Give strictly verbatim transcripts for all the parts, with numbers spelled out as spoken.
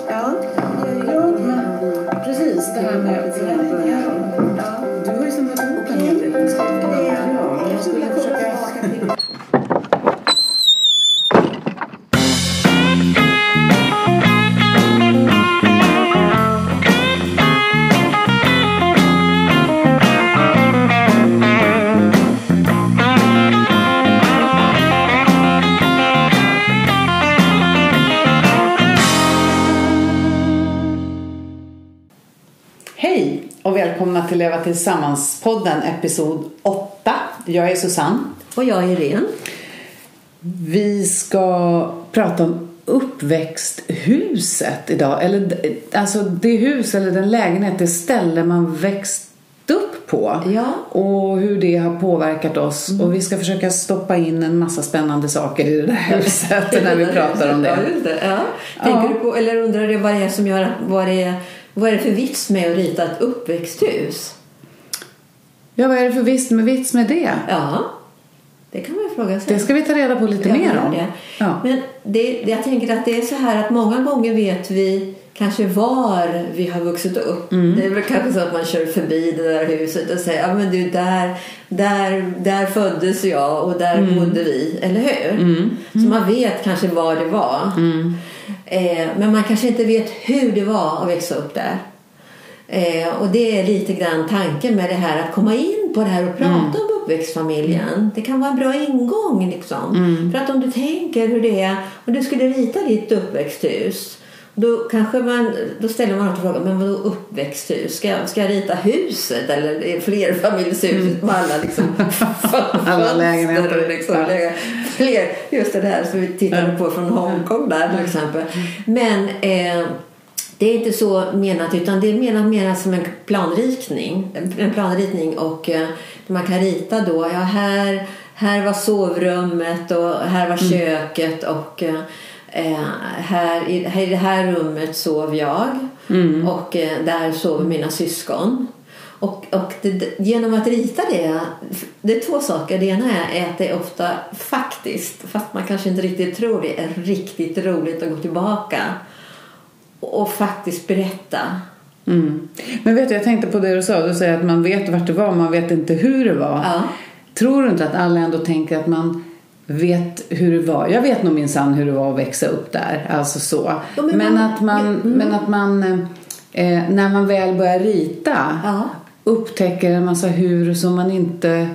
Ja, ja, men precis det här med förändringar. Ja. Du har ju samlat ihop en hel del. Ja, jag skulle försöka... Välkomna till Leva Tillsammans-podden, episod åtta. Jag är Susanne. Och jag är Irene. Vi ska prata om uppväxthuset idag. Eller, alltså det hus eller den lägenhet, det ställe man växt upp på. Ja. Och hur det har påverkat oss. Mm. Och vi ska försöka stoppa in en massa spännande saker i det där huset när vi pratar om det. Ja, just det. Ja. Tänker ja. du på, eller undrar du vad det är som gör, vad det är... Vad är det för vits med att rita ett uppväxthus? Ja, vad är det för vits med, vits med det? Ja, det kan man ju fråga sig. Det ska vi ta reda på lite jag mer om. Det. Ja. Men det, jag tänker att det är så här att många gånger vet vi kanske var vi har vuxit upp. Mm. Det är väl kanske så att man kör förbi det där huset och säger, ja men du, där, där, där föddes jag och där mm. bodde vi, eller hur? Mm. Mm. Så man vet kanske var det var. Mm. Eh, men man kanske inte vet hur det var att växa upp där. Eh, och det är lite grann tanken med det här att komma in på det här och prata mm. om uppväxtfamiljen. Mm. Det kan vara en bra ingång liksom. Mm. För att om du tänker hur det är, om du skulle rita ditt uppväxthus, då kanske man, då ställer man alltid frågan, men vadå uppväxthus? Ska, ska jag rita huset eller flerfamiljshuset med alla liksom alla lägenheter liksom, ja. Fler, just det här som vi tittade på från Hongkong där till exempel. Men eh, det är inte så menat, utan det är menat mer som en planritning, en planritning och eh, man kan rita då, ja här, här var sovrummet och här var köket och eh, Eh, här, i, här i det här rummet sov jag mm. och eh, där sov mina syskon och, och det, genom att rita det, det är två saker. Det ena är att det är ofta faktiskt, fast man kanske inte riktigt tror det, är riktigt roligt att gå tillbaka och, och faktiskt berätta. Mm. Men vet du, jag tänkte på det du sa, du säger att man vet vart det var, man vet inte hur det var. Ja. Tror du inte att alla ändå tänker att man vet hur det var? Jag vet nog minsann hur det var att växa upp där, alltså så. Ja, men, men, man, att man, mm. men att man eh, när man väl börjar rita ja. upptäcker en massa hur som man inte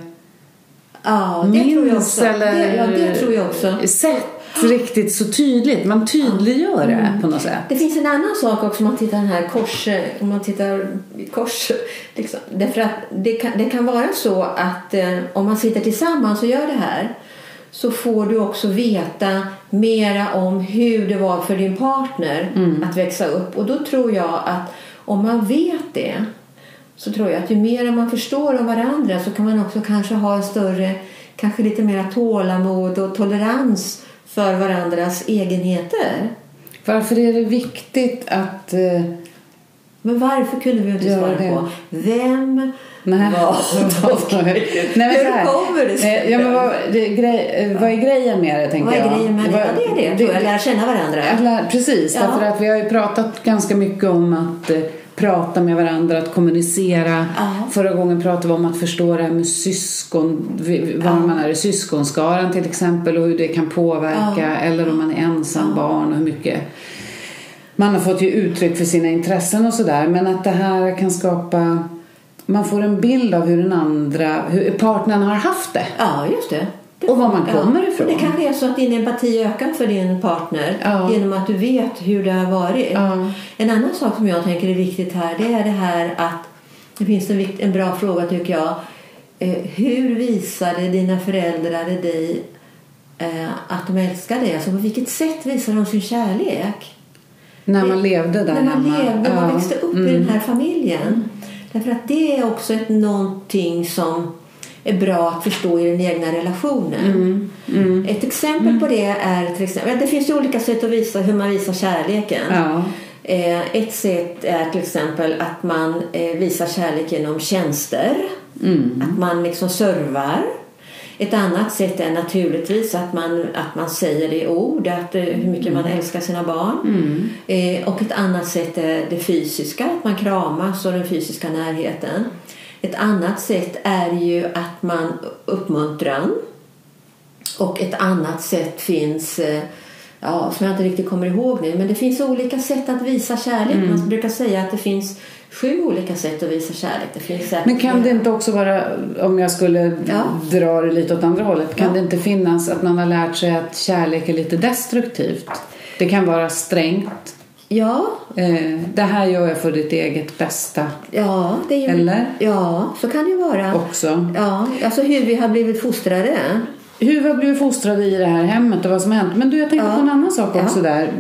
ja, det minns tror jag också. eller det, ja, det tror jag också. sett riktigt så tydligt. Man tydliggör det mm. på något sätt. Det finns en annan sak också om man tittar den här kors, om man tittar i kors liksom. Därför att det kan, det kan vara så att eh, om man sitter tillsammans och gör det här, så får du också veta mera om hur det var för din partner mm. att växa upp. Och då tror jag att om man vet det, så tror jag att ju mer man förstår om varandra, så kan man också kanske ha en större, kanske lite mer tålamod och tolerans för varandras egenheter. Varför är det viktigt att... Eh, Men varför kunde vi inte svara det. på? Vem... Nej. Vad? Nej, men hur kommer det sig? Ja, men vad, det, grej, vad är grejen med det, tänker vad är jag? Grejen med det? Vad, ja, det är det. det, det jag lär känna varandra. Lär, precis, ja. Därför att vi har ju pratat ganska mycket om att eh, prata med varandra, att kommunicera. Ja. Förra gången pratade vi om att förstå det här med syskon, var ja. man är i syskonskaran till exempel, och hur det kan påverka, ja. eller om man är ensam ja. barn och hur mycket man har fått ge uttryck för sina intressen och sådär. Men att det här kan skapa... Man får en bild av hur den andra, hur partnern har haft det. Ja, just det. det och var man kommer ja. ifrån. Det kanske är så att din empati ökar för din partner ja. genom att du vet hur det har varit. Ja. En annan sak som jag tänker är viktigt här, det är det här att det finns en, vikt, en bra fråga tycker jag. Eh, hur visade dina föräldrar dig eh, att de älskar dig? Alltså på vilket sätt visar de sin kärlek? När man levde där När man hemma. levde, när man ja. växte upp mm. i den här familjen. Mm. Därför att det är också ett någonting som är bra att förstå i den egna relationen. Mm. Mm. Ett exempel mm. på det är till exempel, det finns ju olika sätt att visa hur man visar kärleken. Ja. Ett sätt är till exempel att man visar kärlek genom tjänster. Mm. Att man liksom servar. Ett annat sätt är naturligtvis att man, att man säger det i ord, att, hur mycket man älskar sina barn. Mm. Eh, och ett annat sätt är det fysiska, att man kramas och den fysiska närheten. Ett annat sätt är ju att man uppmuntrar. Och ett annat sätt finns, ja, som jag inte riktigt kommer ihåg nu, men det finns olika sätt att visa kärlek. Mm. Man brukar säga att det finns sju olika sätt att visa kärlek. Det finns men kan det inte också vara, om jag skulle ja. dra det lite åt andra hållet, kan ja. det inte finnas att man har lärt sig att kärlek är lite destruktivt? Det kan vara strängt. Ja. Eh, det här gör jag för ditt eget bästa. Ja, det är ju, eller? Ja, så kan det ju vara. Också. Ja, alltså hur vi har blivit fostrade. Hur vi har blivit fostrade i det här hemmet och vad som har hänt. Men du, jag tänkte ja. på en annan sak också ja. där.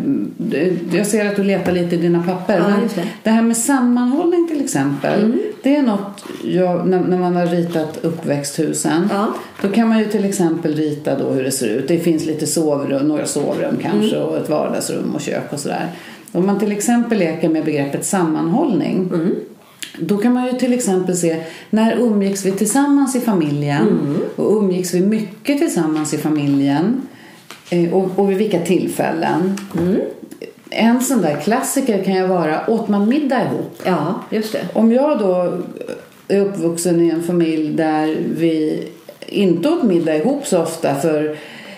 Jag ser att du letar lite i dina papper. Ja, men det. det här med sammanhållning till exempel. Mm. Det är något, jag, när, när man har ritat uppväxthusen. Ja. Då kan man ju till exempel rita då hur det ser ut. Det finns lite sovrum, några sovrum kanske. Mm. Och ett vardagsrum och kök och sådär. Om man till exempel leker med begreppet sammanhållning. Mm. Då kan man ju till exempel se, när umgicks vi tillsammans i familjen mm. och umgicks vi mycket tillsammans i familjen och, och vid vilka tillfällen. Mm. En sån där klassiker kan ju vara, åt man middag ihop? Ja, just det. Om jag då är uppvuxen i en familj där vi inte åt middag ihop så ofta, för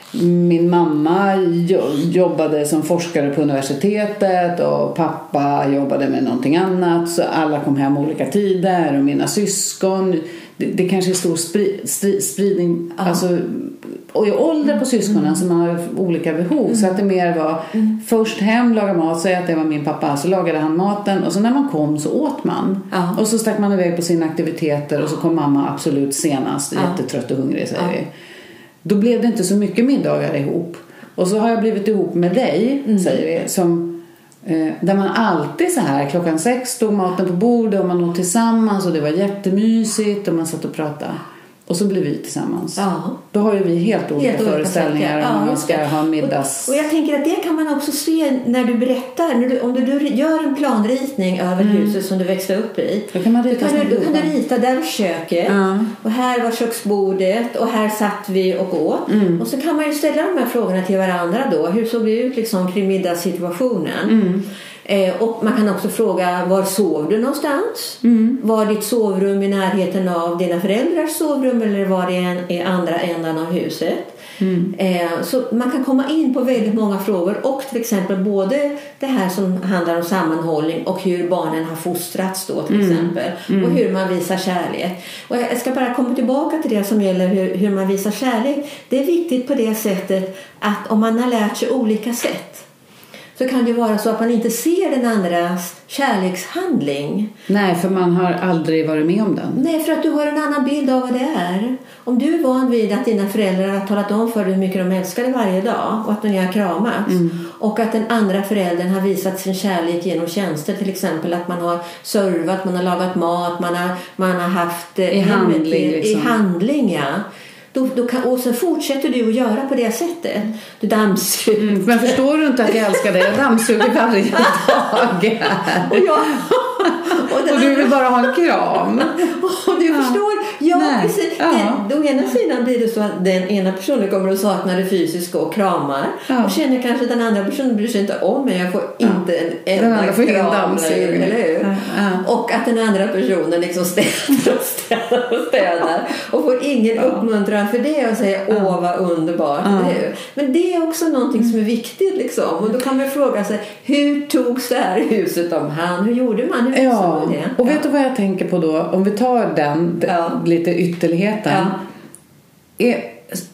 min mamma jobbade som forskare på universitetet och pappa jobbade med någonting annat, så alla kom hem olika tider, och mina syskon, det, det kanske är stor spri, stri, spridning ja. alltså, och i ålder på syskonen mm. som har olika behov mm. så att det mer var mm. först hem, laga mat, säga att det var min pappa, så lagade han maten och så när man kom så åt man ja. och så stack man iväg på sina aktiviteter och så kom mamma absolut senast ja. jättetrött och hungrig, säger ja. vi. Då blev det inte så mycket middagar ihop. Och så har jag blivit ihop med dig, mm. säger vi. Som, eh, där man alltid så här, klockan sex stod maten på bordet och man åt tillsammans. Och det var jättemysigt och man satt och pratade. Och så blev vi tillsammans. Ja. Då har ju vi helt olika helt föreställningar om ja, man ska ha middags. Och, och jag tänker att det kan man också se när du berättar. När du, om du, du gör en planritning över mm. huset som du växte upp i. Då kan man rita, då kan du, då kan du rita där köket. Ja. Och här var köksbordet. Och här satt vi och åt. Mm. Och så kan man ju ställa de här frågorna till varandra då. Hur såg det ut liksom kring middagssituationen? Mm. Eh, och man kan också fråga, var sov du någonstans? Mm. Var ditt sovrum i närheten av dina föräldrars sovrum eller var det en, i andra ändan av huset? Mm. Eh, så man kan komma in på väldigt många frågor, och till exempel både det här som handlar om sammanhållning och hur barnen har fostrats då till mm. exempel mm. och hur man visar kärlek. Och jag ska bara komma tillbaka till det som gäller hur, hur man visar kärlek. Det är viktigt på det sättet att om man har lärt sig olika sätt, så kan det vara så att man inte ser den andras kärlekshandling. Nej, för man har aldrig varit med om den. Nej, för att du har en annan bild av vad det är. Om du är van vid att dina föräldrar har talat om för dig hur mycket de älskar dig varje dag och att de har kramats. Mm. Och att den andra föräldern har visat sin kärlek genom tjänster. Till exempel att man har servat, man har lagat mat, man har, man har haft i handling, liksom. i handling ja. Då, då kan, och så fortsätter du att göra på det sättet. Du dammsuger. Mm, men förstår du inte att jag älskar dig? Jag dammsuger varje dag. och, jag, och, och du vill bara ha en kram. Och du ja. förstår. Ja, Nej. precis. Ja. Det, å ena sidan blir det så att den ena personen kommer att sakna det fysiska och kramar. Ja. Och känner kanske att den andra personen bryr sig inte om mig. Jag får ja. inte en enda kram. Eller hur? Ja. Ja. Och att den andra personen liksom städar och städar och städar. Och får ingen ja. uppmuntran för det och säger åh ja. vad underbart ja. det. Men det är också någonting som är viktigt liksom. Och då kan man fråga sig, hur togs det här huset om hand? Hur gjorde man? Hur ja. det? Och vet ja. du vad jag tänker på då? Om vi tar den ja. lite ytterligheten. Ja. Är,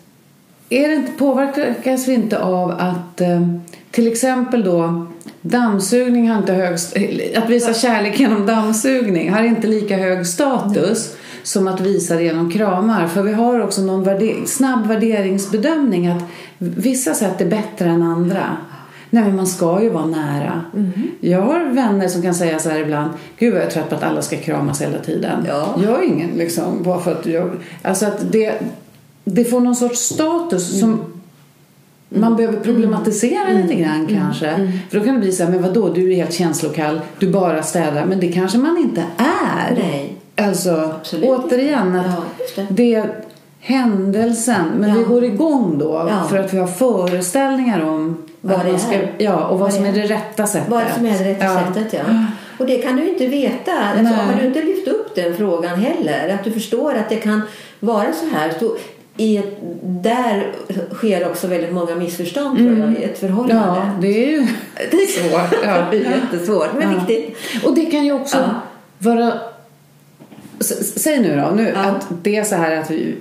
är det inte, påverkas vi inte av att till exempel då dammsugning har inte hög, att visa kärlek genom dammsugning har inte lika hög status mm. som att visa det genom kramar. För vi har också någon värder, snabb värderingsbedömning att vissa sätt är bättre än andra. Nej, men man ska ju vara nära. Mm. Jag har vänner som kan säga så här ibland, gud vad jag är trött på att alla ska kramas hela tiden. Ja. Jag är ingen liksom, bara för att jag, alltså att det, det får någon sorts status mm. som man mm. behöver problematisera mm. lite grann mm. kanske. Mm. För då kan det bli så här, men vadå, du är helt känslokall, du bara städar. Men det kanske man inte är. Nej. Alltså, Absolut. återigen att ja, det. det händelsen, men ja. vi går igång då ja. för att vi har föreställningar om vad det ska, är. ja, och vad, vad som är det det rätta sättet. Vad som är det rätta ja. sättet, ja. Och det kan du inte veta. Alltså, har du inte lyft upp den frågan heller, att du förstår att det kan vara så här, så i ett, där sker också väldigt många missförstånd mm. tror jag, i ett förhållande. Ja, det är ju det är svårt. Ja, det är jättesvårt, men ja. viktigt. Och det kan ju också ja. vara... Säg nu då, nu, ja. att det är så här att vi...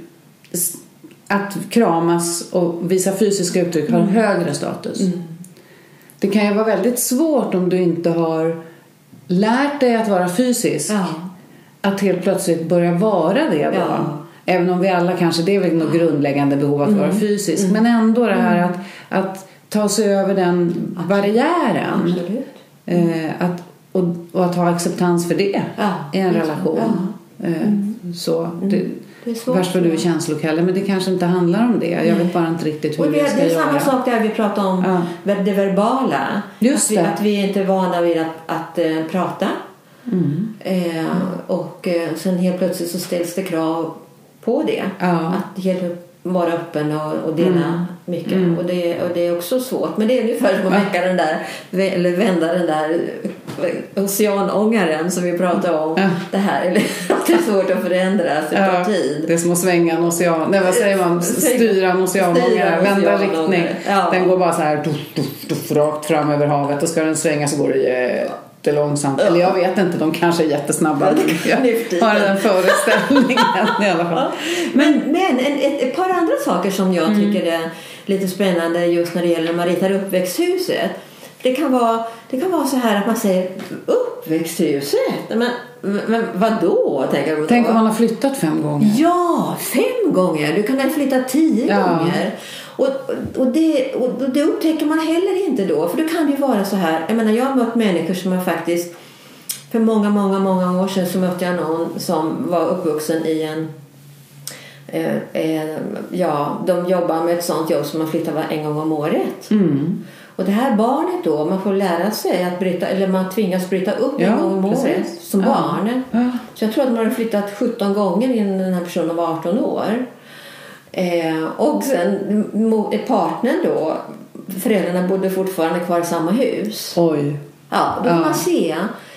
Att kramas och visa fysiska uttryck har mm. högre status. Mm. Det kan ju vara väldigt svårt om du inte har lärt dig att vara fysisk. Ja. Att helt plötsligt börja vara det då. Ja. Även om vi alla kanske, det är väl något grundläggande behov att mm. vara fysisk. Mm. Men ändå det här att, att ta sig över den Absolut. barriären. Absolut. Eh, att, och, och att ha acceptans för det ja. i en relation. Ja. Eh, mm. Så det, värst vad du är känslokall, men det kanske inte handlar om det. Jag vet bara inte riktigt hur och det, vi ska det är göra. samma sak där vi pratar om ja. det verbala. Just att, vi, det. att vi inte är vana vid att, att uh, prata. Mm. Eh, och uh, sen helt plötsligt så ställs det krav på det. Ja. Att helt vara öppen och, och dela mm. mycket. Mm. Och, det, och det är också svårt. Men det är ungefär som att väcka den där, eller vända den där oceanångaren som vi pratade om. Ja. Det här eller, det är svårt att förändra sig ja. på tid. Det är som att svänga en ocean. Nej, vad säger man? Styra en oceanångare. Vända riktning. Ja. Den går bara så här duff, duff, duff, rakt fram över havet. Och ska den svänga så går det jättelångsamt. Ja. Eller jag vet inte, de kanske är jättesnabba. Jag har den föreställningen i alla fall. Men, men en, ett, ett par andra saker som jag mm. tycker är lite spännande just när det gäller när man ritar uppväxthuset. Det kan vara, det kan vara så här att man säger uppväxthuset. Men, men vadå? Tänker du? Tänk om man har flyttat fem gånger. Ja, fem gånger. Du kan ha flyttat tio ja. gånger. Och, och, det, och det upptäcker man heller inte då. För det kan ju vara så här. Jag menar, jag har mött människor som har faktiskt... För många, många, många år sedan så mötte jag någon som var uppvuxen i en... Eh, eh, ja, de jobbar med ett sånt jobb som man flyttar var en gång om året. Mm. Och det här barnet då, man får lära sig att bryta, eller man tvingas bryta upp ja, en gång om året som ja. barn. Ja. Så jag tror att man har flyttat sjutton gånger innan den här personen var arton år. Eh, och sen partnern då, föräldrarna bodde fortfarande kvar i samma hus. Oj. Ja, då kan ja. man se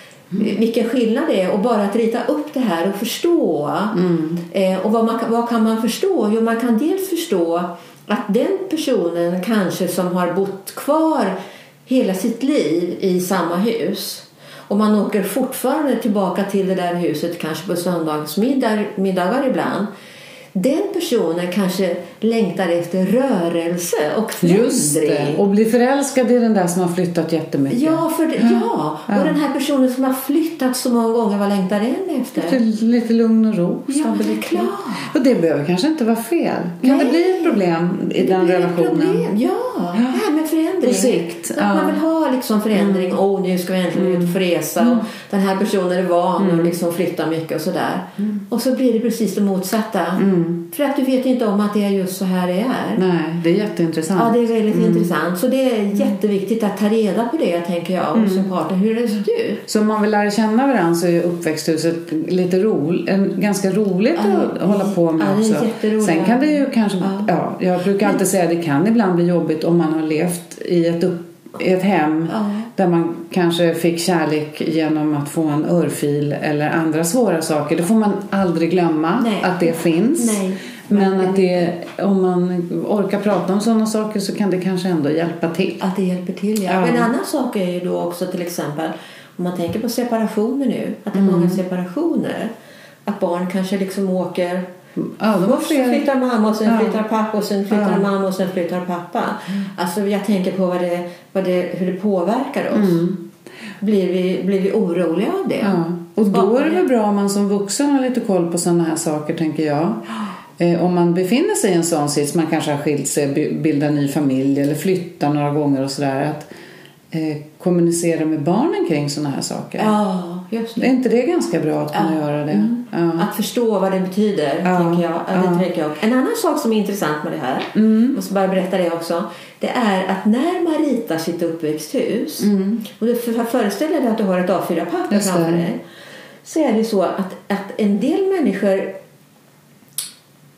vilken skillnad det är. Och bara att rita upp det här och förstå. Mm. Eh, och vad, man, vad kan man förstå? Jo, man kan dels förstå att den personen kanske som har bott kvar hela sitt liv i samma hus. Och man åker fortfarande tillbaka till det där huset kanske på söndagsmiddagar ibland. Den personen kanske längtar efter rörelse och förändring. Just det. Och blir förälskad i den där som har flyttat jättemycket. Ja, för det, ja. ja. Och den här personen som har flyttat så många gånger, vad längtar den efter? Lite, lite lugn och ro. Ja, det är klart. Och det behöver kanske inte vara fel. Kan Nej. det bli ett problem i det den relationen? Problem. Ja, ja. Det här med förändring. På sikt. Så ja. Man vill ha liksom förändring. Mm. Oh, nu ska vi äntligen ut och fresa. Mm. Och den här personen är van mm. och liksom flyttar mycket och sådär. Mm. Och så blir det precis det motsatta. Mm. För att du vet inte om att det är just så här det är. Nej, det är jätteintressant. Ja, det är väldigt mm. intressant. Så det är jätteviktigt att ta reda på det, tänker jag, mm. som partner. Hur är det du? Så om man vill lära känna varandra så är uppväxthuset lite roligt, ganska roligt ja, att hålla på med ja, också. Sen kan det ju kanske, ja, ja jag brukar alltid säga att det kan ibland bli jobbigt om man har levt i ett upp i ett hem ja. där man kanske fick kärlek genom att få en örfil eller andra svåra saker. Det får man aldrig glömma Nej. att det finns. Nej. Men att det, om man orkar prata om sådana saker så kan det kanske ändå hjälpa till. Att det hjälper till, ja. ja. En annan sak är ju då också till exempel om man tänker på separationer nu. Att det är mm. många separationer. Att barn kanske liksom åker... Ja, de först flyttar mamma och sen ja. flyttar pappa och sen flyttar ja. mamma och sen flyttar pappa. Mm. Alltså jag tänker på vad det, vad det, hur det påverkar oss. Mm. Blir vi, blir vi oroliga av det? Ja. Och då är det väl bra om man som vuxen har lite koll på sådana här saker, tänker jag. Eh, om man befinner sig i en sån sits, man kanske har skilt sig, bildar ny familj eller flyttar några gånger och sådär, att eh, kommunicera med barnen kring sådana här saker. Ja, just det. Är inte det ganska bra att kunna ja. göra det? Mm. Ja. Att förstå vad det betyder, ja. tänker jag. Ja. Det tänker jag. En annan sak som är intressant med det här, mm. jag måste bara berätta det också, det är att när man ritar sitt uppväxthus, mm. och du föreställer dig att du har ett A fyra papper framför dig, så är det så att, att en del människor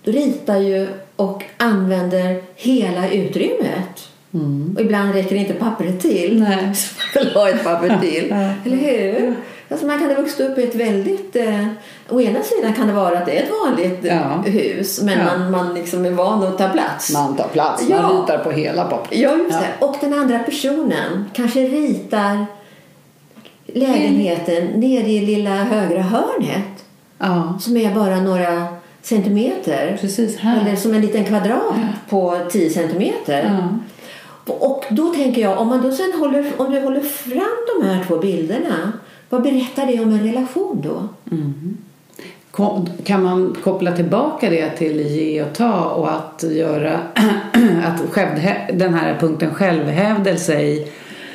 ritar ju och använder hela utrymmet. Mm. Och ibland räcker inte pappret till. Nej. Så man vill ha ett papper till. Eller hur? Alltså man kan ha vuxit upp i ett väldigt... Eh, å ena sidan kan det vara att det är ett vanligt ja. hus. Men ja. man, man liksom är van att ta plats. Man tar plats. Man ja. ritar på hela pappret. Ja, just det. Ja. Och den andra personen kanske ritar lägenheten mm. nere i lilla högra hörnet. Ja. Som är bara några centimeter. Precis här. Eller som en liten kvadrat ja. på tio centimeter. Ja. Och då tänker jag, om man då sen håller, om du håller fram de här två bilderna, vad berättar det om en relation då? Mm. Kan man koppla tillbaka det till ge och ta och att göra att själv, den här punkten självhävdelse i,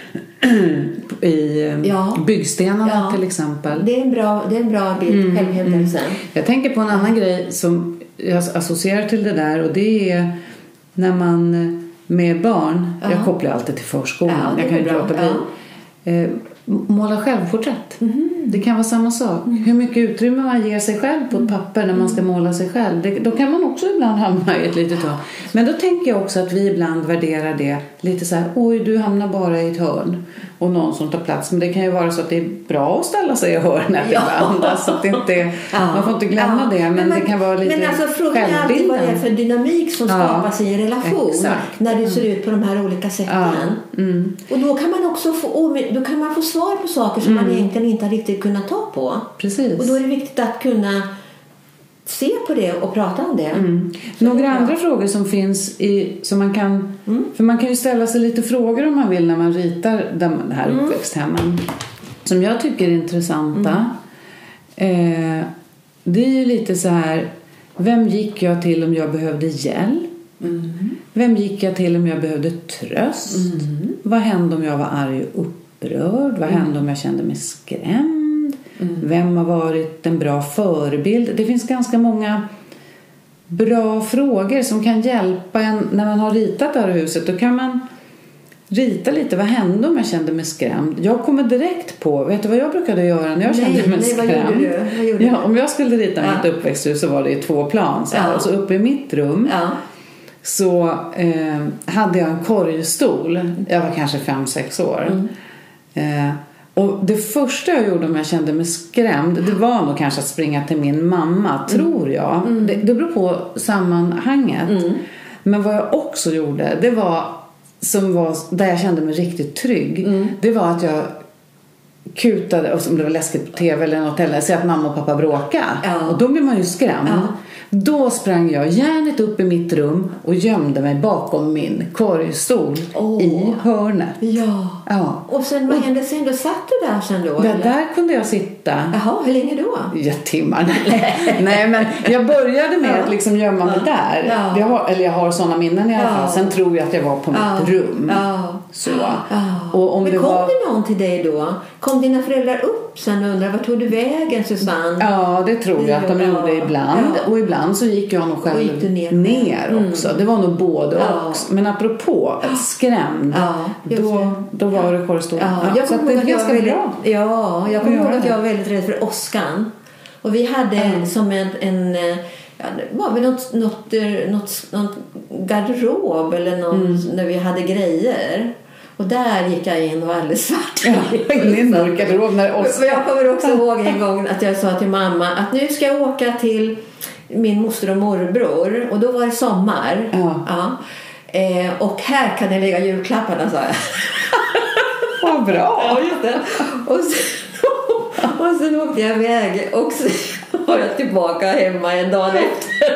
i ja. byggstenarna ja. till exempel? Det är en bra, det är en bra bild, mm. självhävdelsen. Mm. Jag tänker på en annan grej som jag associerar till det där, och det är när man med barn, ja. jag kopplar alltid till förskolan, ja, jag kan ju inte låta bli, ja. eh, måla självporträtt. Mm. Det kan vara samma sak. Mm. Hur mycket utrymme man ger sig själv på ett papper när man ska måla sig själv. Det, då kan man också ibland hamna i ett litet hörn. Men då tänker jag också att vi ibland värderar det lite så här: oj, du hamnar bara i ett hörn och någon som tar plats. Men det kan ju vara så att det är bra att ställa sig i hörnet ja. ibland. Alltså att det inte, ja. man får inte glömma ja. det. Men, men man, det kan vara lite självbilden. Men alltså frågan är alltid vad det är för dynamik som skapas ja. i en relation. Exakt. När det ser ut på de här olika sätten. Ja. Mm. Och då kan man också få, då kan man få svar på saker som mm. man egentligen inte riktigt kunnat ta på. Precis. Och då är det viktigt att kunna se på det och prata om det. Mm. Några andra frågor som finns i, som man kan, mm. för man kan ju ställa sig lite frågor om man vill när man ritar de här mm. uppväxthemmen som jag tycker är intressanta. Mm. Eh, det är ju lite så här: vem gick jag till om jag behövde hjälp? Mm. Vem gick jag till om jag behövde tröst? Mm. Vad hände om jag var arg och upprörd? Vad hände om jag kände mig skrämd? Mm. Vem har varit en bra förebild? Det finns ganska många bra frågor som kan hjälpa en när man har ritat det här huset. Då kan man rita lite. Vad hände om jag kände mig skrämd? Jag kommer direkt på, vet du vad jag brukade göra när jag nej, kände mig nej, skrämd? Vad gjorde du? Vad gjorde ja, om jag skulle rita ja. mitt uppväxthus så var det i två plan. Så, ja. så uppe i mitt rum ja. så eh, hade jag en korgstol. Jag var kanske fem sex år. Mm. Eh, Och det första jag gjorde om jag kände mig skrämd, det var nog kanske att springa till min mamma, mm. tror jag. Mm. Det, det beror på sammanhanget. Mm. Men vad jag också gjorde, det var, som var där jag kände mig riktigt trygg. Mm. Det var att jag kutade, och om det var läskigt på tv eller något, eller så att mamma och pappa bråkade. Ja. Och då blir man ju skrämd. Ja. Då sprang jag järnet upp i mitt rum och gömde mig bakom min korgstol oh. i hörnet. Ja. ja. Och sen vad hände sen? Då satt du där sen då? Där, där kunde jag sitta. Jaha, hur länge då? Ja, timmar. Nej, men jag började med ja. att liksom gömma mig ja. där. Ja. Jag har, eller jag har sådana minnen i alla fall. Ja. Sen tror jag att jag var på ja. mitt rum. Ja. Så. Ja. Och om men det kom var... det någon till dig då? Kom dina föräldrar upp sen och undrade, vart tog du vägen, Susanne? Ja, det tror jag att de gjorde ibland. Ja. Och ibland så gick jag nog själv ner, ner också. Mm. Det var nog både ja. och. Men apropå skrämd, ja, då, då var det korrestånd. Ja, jag så det är ganska väldigt, bra. Ja, jag kommer ihåg att jag var väldigt rädd för åskan. Och vi hade mm. som en... en ja, det var väl något, något, något, något garderob eller någon, mm. när vi hade grejer. Och där gick jag in och var alldeles svart. Ja, in i en mörk garderob när åskan. Jag kommer också ihåg en gång att jag sa till mamma att nu ska jag åka till min moster och morbror. Och då var det sommar. Ja. Ja. Eh, och här kan jag lägga julklapparna, sa jag. Vad bra. Ja, just det. Och sen, och sen åkte jag iväg. Och så var jag tillbaka hemma en dag efter.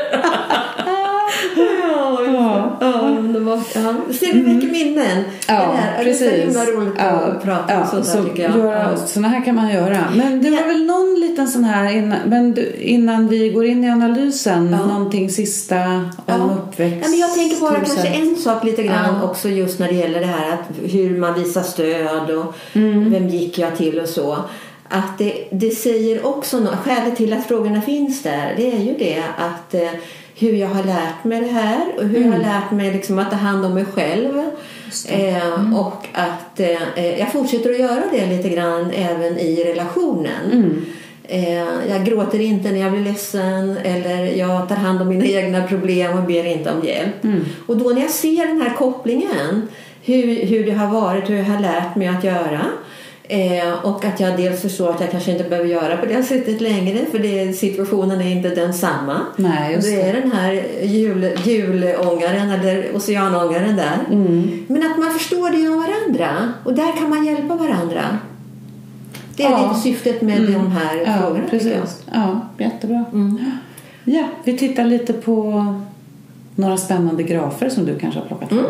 Ja, ja. Ja, det var, ja. Ser vi mycket minnen? Ja, det här, precis. Det är himla roligt ja, att prata ja, om sånt så där, tycker jag. Göra, ja. Såna här kan man göra. Men det var ja. väl någon liten sån här innan, men du, innan vi går in i analysen, ja. någonting sista om ja. uppväxt. Ja, men jag tänker bara kanske en sak lite grann ja. också just när det gäller det här att hur man visar stöd och mm. vem gick jag till och så. Att det, det säger också något, skälet till att frågorna finns där, det är ju det att eh, hur jag har lärt mig det här och hur mm. jag har lärt mig liksom att ta hand om mig själv eh, mm. och att eh, jag fortsätter att göra det lite grann även i relationen. Mm. Eh, jag gråter inte när jag blir ledsen, eller jag tar hand om mina egna problem och ber inte om hjälp. Mm. Och då när jag ser den här kopplingen, hur, hur det har varit, hur jag har lärt mig att göra, eh, och att jag dels förstår att jag kanske inte behöver göra på det sättet längre, för det, situationen är inte densamma. Nej, just det. Det är den här jul, julångaren eller oceanångaren där. Mm. Men att man förstår det om varandra, och där kan man hjälpa varandra. Det är ja. lite syftet med mm. de här ja, frågorna. Precis. Ja, jättebra. Mm. Ja, vi tittar lite på några spännande grafer som du kanske har plockat fram. Mm.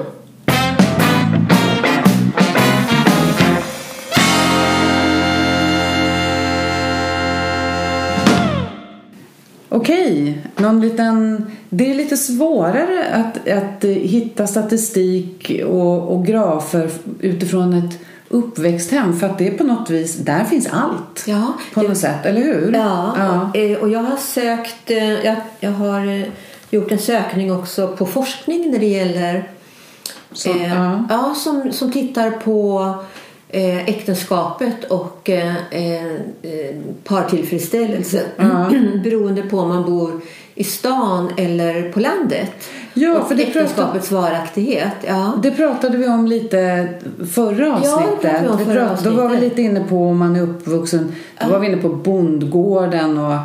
Okej, någon liten, det är lite svårare att, att hitta statistik och, och grafer utifrån ett uppväxthem, för att det är på något vis, där finns allt ja, på något det, sätt, eller hur? Ja, ja. Och jag har sökt, jag, jag har gjort en sökning också på forskning när det gäller så, eh, ja. Ja, som, som tittar på eh, äktenskapet och eh, eh, partillfredsställelse ja. beroende på om man bor i stan eller på landet. Ja, och för det äktenskapets pratade, varaktighet. Ja. Det pratade vi om lite förra avsnittet. Ja, det om förra pratade, avsnittet. Då var vi lite inne på om man är uppvuxen. Då ja. var vi inne på bondgården och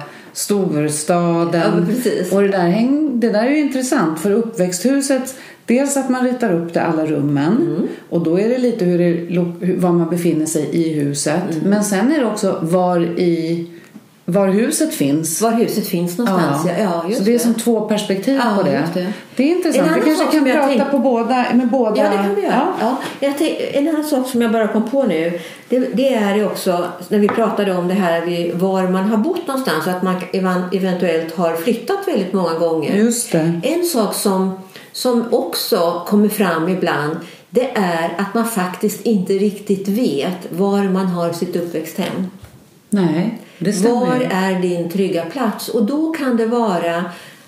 storstaden. Ja, precis. Och det där, häng, det där är ju intressant, för uppväxthuset, dels att man ritar upp det alla rummen mm. och då är det lite hur det, var man befinner sig i huset. Mm. Men sen är det också var i Var huset finns. Var huset finns någonstans. Ja. Ja, just så det är det. som två perspektiv ja, på det. det. Det är intressant. Vi kanske kan prata tänk... på båda, med båda. Ja, det kan vi göra. Ja. Ja. Tänk... En annan sak som jag bara kom på nu. Det, det är ju också när vi pratade om det här var man har bott någonstans. Och att man eventuellt har flyttat väldigt många gånger. Just det. En sak som, som också kommer fram ibland. Det är att man faktiskt inte riktigt vet var man har sitt uppväxthem. Nej, det stämmer. Var är din trygga plats? Och då kan det vara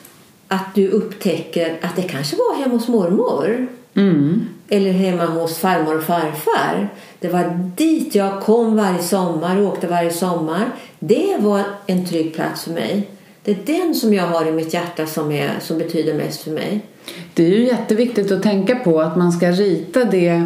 att du upptäcker att det kanske var hemma hos mormor. Mm. Eller hemma hos farmor och farfar. Det var dit jag kom varje sommar och åkte varje sommar. Det var en trygg plats för mig. Det är den som jag har i mitt hjärta som, är, som betyder mest för mig. Det är ju jätteviktigt att tänka på att man ska rita det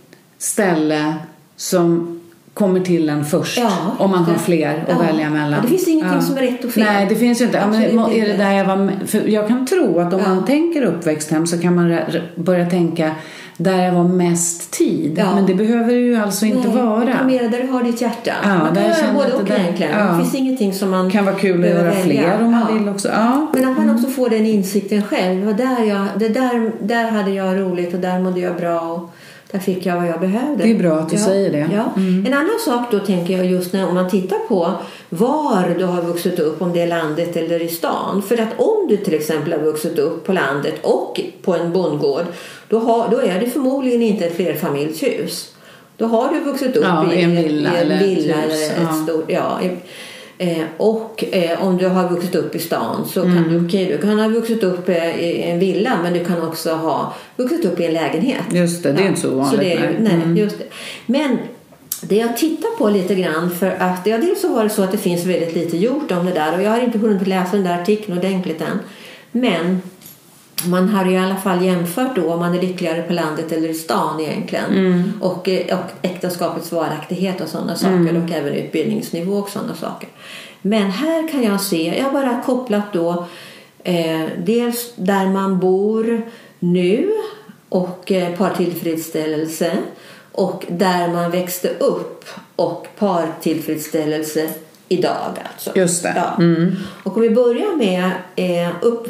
ställe som kommer till en först, ja, om man har fler att ja. välja mellan. Ja, det finns ingenting ja. som är rätt och fel. Nej, det finns ju inte. Ja, men är det där jag var, för jag kan tro att om ja. man tänker uppväxthem så kan man börja tänka där jag var mest tid. Ja. Men det behöver ju alltså inte Nej, vara. Nej, mer där du har ditt hjärta. Ja, man kan göra både och där, egentligen. Ja. Det finns ingenting som man kan vara kul att göra fler om man ja. vill också. Ja. Men att man också får den insikten själv. Och där, jag, det där, där hade jag roligt och där mådde jag bra och där fick jag vad jag behövde. Det är bra att du ja. säger det. Ja. Mm. En annan sak då tänker jag just när om man tittar på var du har vuxit upp, om det är landet eller i stan. För att om du till exempel har vuxit upp på landet och på en bondgård, då, har, då är det förmodligen inte ett flerfamiljshus. Då har du vuxit upp ja, i en villa, i en eller, villa ett eller ett ja. stort... Ja, Eh, och eh, om du har vuxit upp i stan så kan mm. du, okay, du kan ha vuxit upp eh, i en villa, men du kan också ha vuxit upp i en lägenhet. Just det, det är ja. inte så vanligt. Så det är, nej, mm. just det. Men det jag tittar på lite grann, för att ja, dels så var det så att det finns väldigt lite gjort om det där och jag har inte hunnit läsa den där artikeln ordentligt än. Men man har i alla fall jämfört då om man är lyckligare på landet eller i stan egentligen. Mm. Och, och äktenskapets varaktighet och sådana saker. Mm. Och även utbildningsnivå och sådana saker. Men här kan jag se, jag har bara kopplat då eh, dels där man bor nu och eh, partillfredsställelse. Och där man växte upp och partillfredsställelse idag alltså. Just det. Ja. Mm. Och om vi börjar med eh,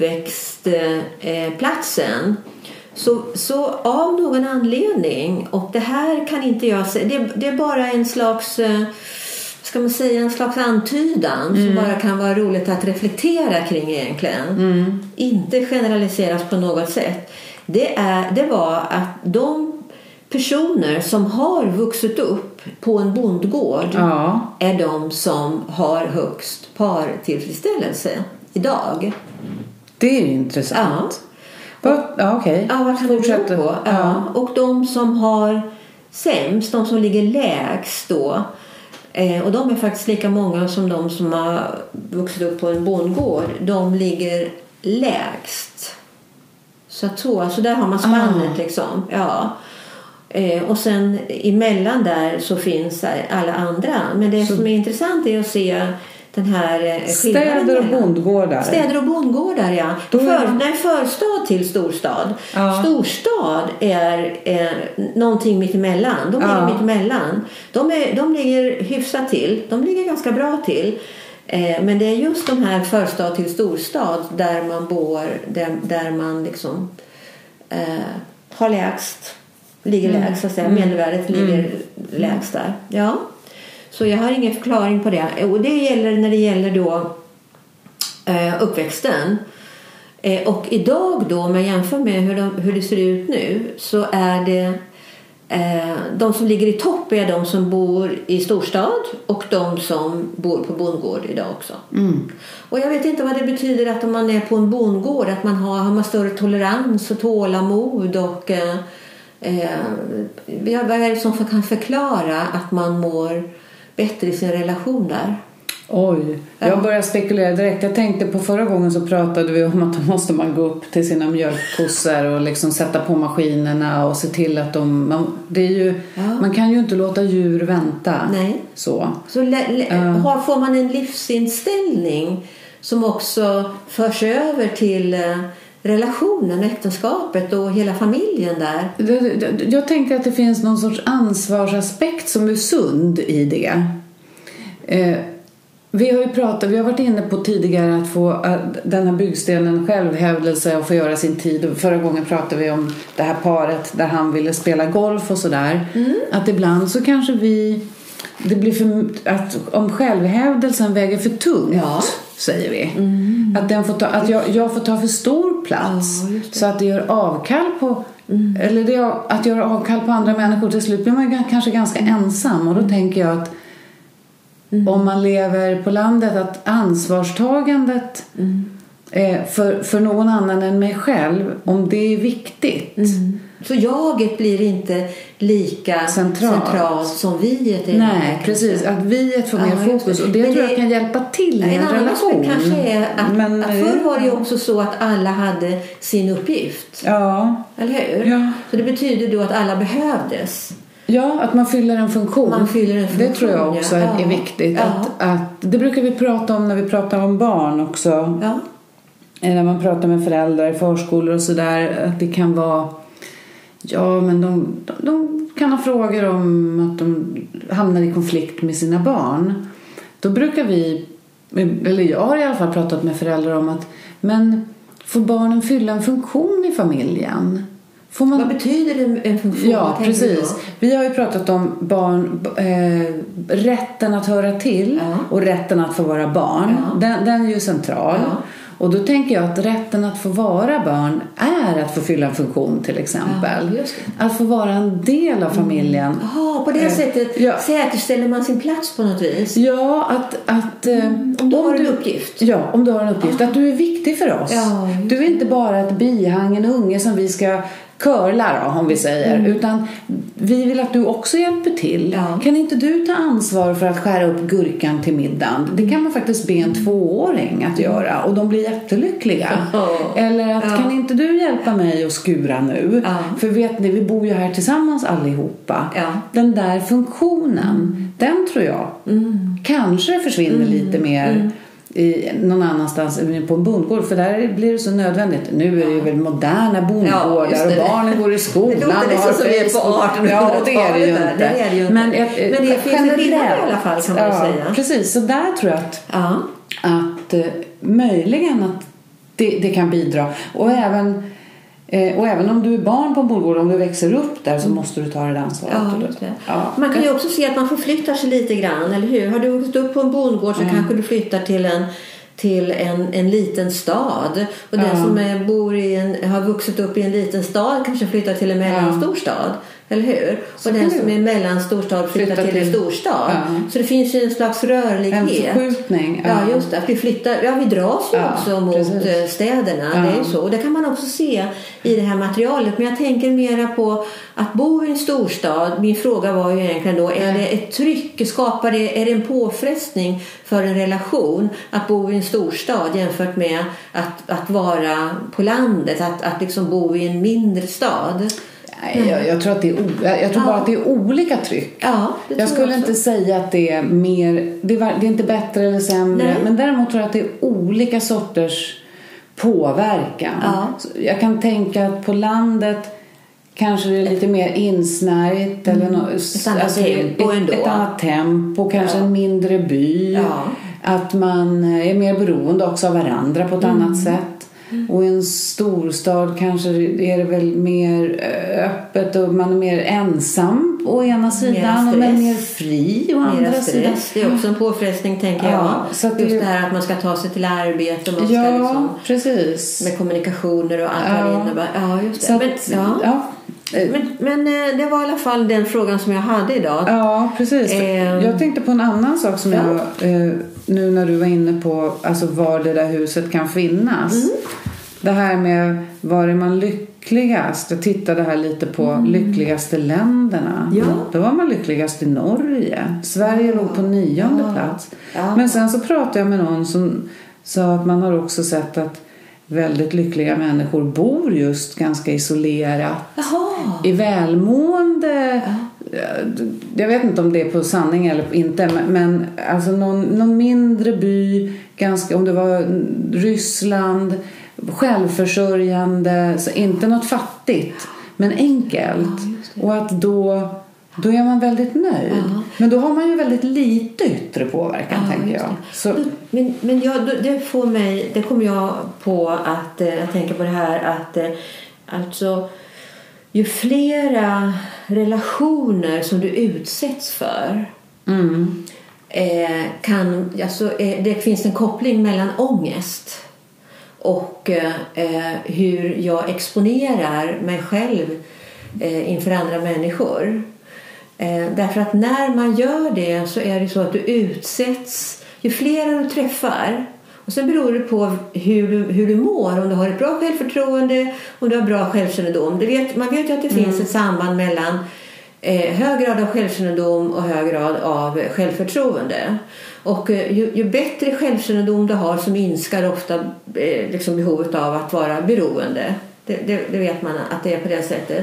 uppväxtplatsen eh, så, så av någon anledning, och det här kan inte jag säga, det, det är bara en slags eh, ska man säga, en slags antydan mm. som bara kan vara roligt att reflektera kring egentligen. Mm. Inte generaliseras på något sätt. Det, är, det var att de personer som har vuxit upp på en bondgård ja. är de som har högst partillfredsställelse idag. Det är intressant. Ja. Och, ja, okej. Ja, vad kan du tro på? Ja. Ja. Och de som har sämst, de som ligger lägst då, Eh, och de är faktiskt lika många som de som har vuxit upp på en bondgård. De ligger lägst. Så att så, alltså där har man spannet ah. liksom. Ja. Eh, och sen emellan där så finns alla andra. Men det så. som är intressant är att se den här städer och bondgårdar. Städer och bondgårdar, ja. För, nej, förstad till storstad. Ja. Storstad är eh, någonting mitt emellan. De ligger ja. mitt emellan. De, är, de ligger hyfsat till. De ligger ganska bra till. Eh, men det är just de här förstad till storstad där man bor, där, där man liksom eh, har lägst, ligger mm. lägst så att säga. Medelvärdet mm. ligger lägst där. Ja. Så jag har ingen förklaring på det. Och det gäller när det gäller då eh, uppväxten. Eh, och idag då, om jag jämför med hur, de, hur det ser ut nu, så är det eh, de som ligger i topp är de som bor i storstad och de som bor på bondgård idag också. Mm. Och jag vet inte vad det betyder att om man är på en bondgård, att man har, har man större tolerans och tålamod och eh, eh, vad är det som kan förklara att man mår bättre i sin relation där? Oj, jag ja. började spekulera direkt. Jag tänkte på förra gången så pratade vi om att då måste man gå upp till sina mjölkkossor och liksom sätta på maskinerna och se till att de... Man, det är ju, ja. man kan ju inte låta djur vänta. Nej. Så, så le, le, uh. får man en livsinställning som också förs över till relationen, äktenskapet och hela familjen där. Jag tänker att det finns någon sorts ansvarsaspekt som är sund i det. Eh, vi har ju pratat, vi har varit inne på tidigare att få uh, den här byggstenen självhävdelse och få göra sin tid. Förra gången pratade vi om det här paret där han ville spela golf och sådär. Mm. Att ibland så kanske vi det blir för, att om självhävdelsen väger för tungt, ja. säger vi. Mm. Att, den får ta, att jag, jag får ta för stor plats ja, så att det gör avkall på mm. eller det, att göra avkall på andra människor. Till slut blir man ju kanske ganska ensam. Och då tänker jag att mm. om man lever på landet, att ansvarstagandet mm. eh, för, för någon annan än mig själv, om det är viktigt. Mm. Så jaget blir inte lika centralt, centralt som viet är. Nej, precis. Att viet får mer ja, fokus. Och det men tror jag det, kan hjälpa till i en, en relation. Kanske är att, men, att förr var det ju också så att alla hade sin uppgift. Ja. Eller hur? Ja. Så det betyder då att alla behövdes. Ja, att man fyller en funktion. Man fyller en funktion. Det tror jag också ja. är viktigt. Ja. Att, att, det brukar vi prata om när vi pratar om barn också. Ja. När man pratar med föräldrar i förskolor och sådär. Att det kan vara... Ja, men de, de, de kan ha frågor om att de hamnar i konflikt med sina barn. Då brukar vi, eller jag har i alla fall pratat med föräldrar om att men får barnen fylla en funktion i familjen? Får man... Vad betyder en, en funktion? Ja, precis. Vi har ju pratat om barn, eh, rätten att höra till ja. och rätten att få vara barn. Ja. Den, den är ju central. Ja. Och då tänker jag att rätten att få vara barn är att få fylla en funktion till exempel. Ja, att få vara en del av familjen. Mm. Jaha, på det eh, sättet ja. säkerställer man sin plats på något vis. Ja, att... att mm. Om du om har en uppgift. Ja, om du har en uppgift. Ja. Att du är viktig för oss. Ja, du är inte bara ett bihang, en unge som vi ska curla då, om vi säger. Mm. Utan vi vill att du också hjälper till. Ja. Kan inte du ta ansvar för att skära upp gurkan till middagen? Det kan man faktiskt be en tvååring att göra. Och de blir jättelyckliga. Oh. Eller att ja. kan inte du hjälpa mig att skura nu? Ja. För vet ni, vi bor ju här tillsammans allihopa. Ja. Den där funktionen, mm. den tror jag mm. kanske försvinner mm. lite mer mm. i någon annanstans på en bondgård, för där blir det så nödvändigt. Nu är det ju väl moderna bondgårdar ja, och barnen går i skolan. Det låter liksom som vi är på artonhundratalet. Ja, det är det ju inte. Det är det ju inte. Men, ett, Men det finns en skillnad i alla fall, kan man ja, säga. Precis, så där tror jag att, ja. att uh, möjligen att det, det kan bidra. Och även Eh, och även om du är barn på en bondgård, om du växer upp där, så måste du ta det ansvaret. Ja, det. Ja. Man kan ju också se att man förflyttar sig lite grann, eller hur? Har du vuxit upp på en bondgård så mm. kanske du flyttar till en till en, en liten stad. Och den ja. som är, bor i en, har vuxit upp i en liten stad kanske flyttar till en mellanstor stad. Eller hur? Så och den det. som är mellan storstad flyttar Flytta till, till en storstad. Ja. Så det finns ju en slags rörlighet. En förskjutning. Ja, ja just det. Vi flyttar, ja vi dras ju ja, också mot precis. städerna. Ja. Det är ju så. Och det kan man också se i det här materialet. Men jag tänker mera på att bo i en storstad. Min fråga var ju egentligen då, är det ett tryck, skapar det, är det en påfrestning för en relation att bo i en storstad jämfört med att, att vara på landet, att, att liksom bo i en mindre stad? Nej, jag, jag tror, att det är, jag tror ja. bara att det är olika tryck. Ja, det jag skulle jag inte säga att det är mer, det är, det är inte bättre eller sämre. Nej. Men däremot tror jag att det är olika sorters påverkan. Ja. Jag kan tänka att på landet kanske det är lite mer insnärjt. Mm. Eller något, ett annat alltså, tempo ett, ändå. Ett annat tempo, kanske ja. en mindre by. Ja. Att man är mer beroende också av varandra på ett mm. annat sätt. Mm. Och i en storstad kanske är det väl mer öppet och man är mer ensam å ena sidan och men mer fri å andra stress. sidan. Det är också en påfrestning tänker ja, jag. Så att just det... det här att man ska ta sig till arbete och man ja, ska liksom, precis. med kommunikationer och allt ja. vad det innebär. Ja, just det. Så men, att, ja. Ja. Men, men det var i alla fall den frågan som jag hade idag. Ja, precis. Eh, jag tänkte på en annan sak som ja. jag eh, nu när du var inne på, alltså var det där huset kan finnas. Mm. Det här med var är man lyckligast? Jag tittade här lite på mm. lyckligaste länderna. Ja. Då var man lyckligast i Norge. Sverige ja. låg på nionde ja. plats. Ja. Men sen så pratade jag med någon som sa att man har också sett att väldigt lyckliga människor bor just ganska isolerat. Jaha. I välmående. Ja. Jag vet inte om det är på sanning eller inte. Men alltså någon, någon mindre by. Ganska, om det var Ryssland. Självförsörjande. Så inte något fattigt. Men enkelt. Ja, och att då... Då är man väldigt nöjd. Uh-huh. Men då har man ju väldigt lite yttre påverkan, uh, tänker jag. Så... Men, men jag, det får mig, det kommer jag på att eh, jag tänker på det här att eh, alltså ju flera relationer som du utsätts för mm. eh, kan, alltså, eh, det finns en koppling mellan ångest och eh, hur jag exponerar mig själv eh, inför andra människor. Eh, därför att när man gör det så är det så att du utsätts, ju flera du träffar, och sen beror det på hur du, hur du mår, om du har ett bra självförtroende, om du har bra självkännedom. Det vet, man vet ju att det mm. finns ett samband mellan eh, hög grad av självkännedom och hög grad av självförtroende. Och eh, ju, ju bättre självkännedom du har så minskar ofta eh, liksom behovet av att vara beroende. Det, det, det vet man att det är på det sättet.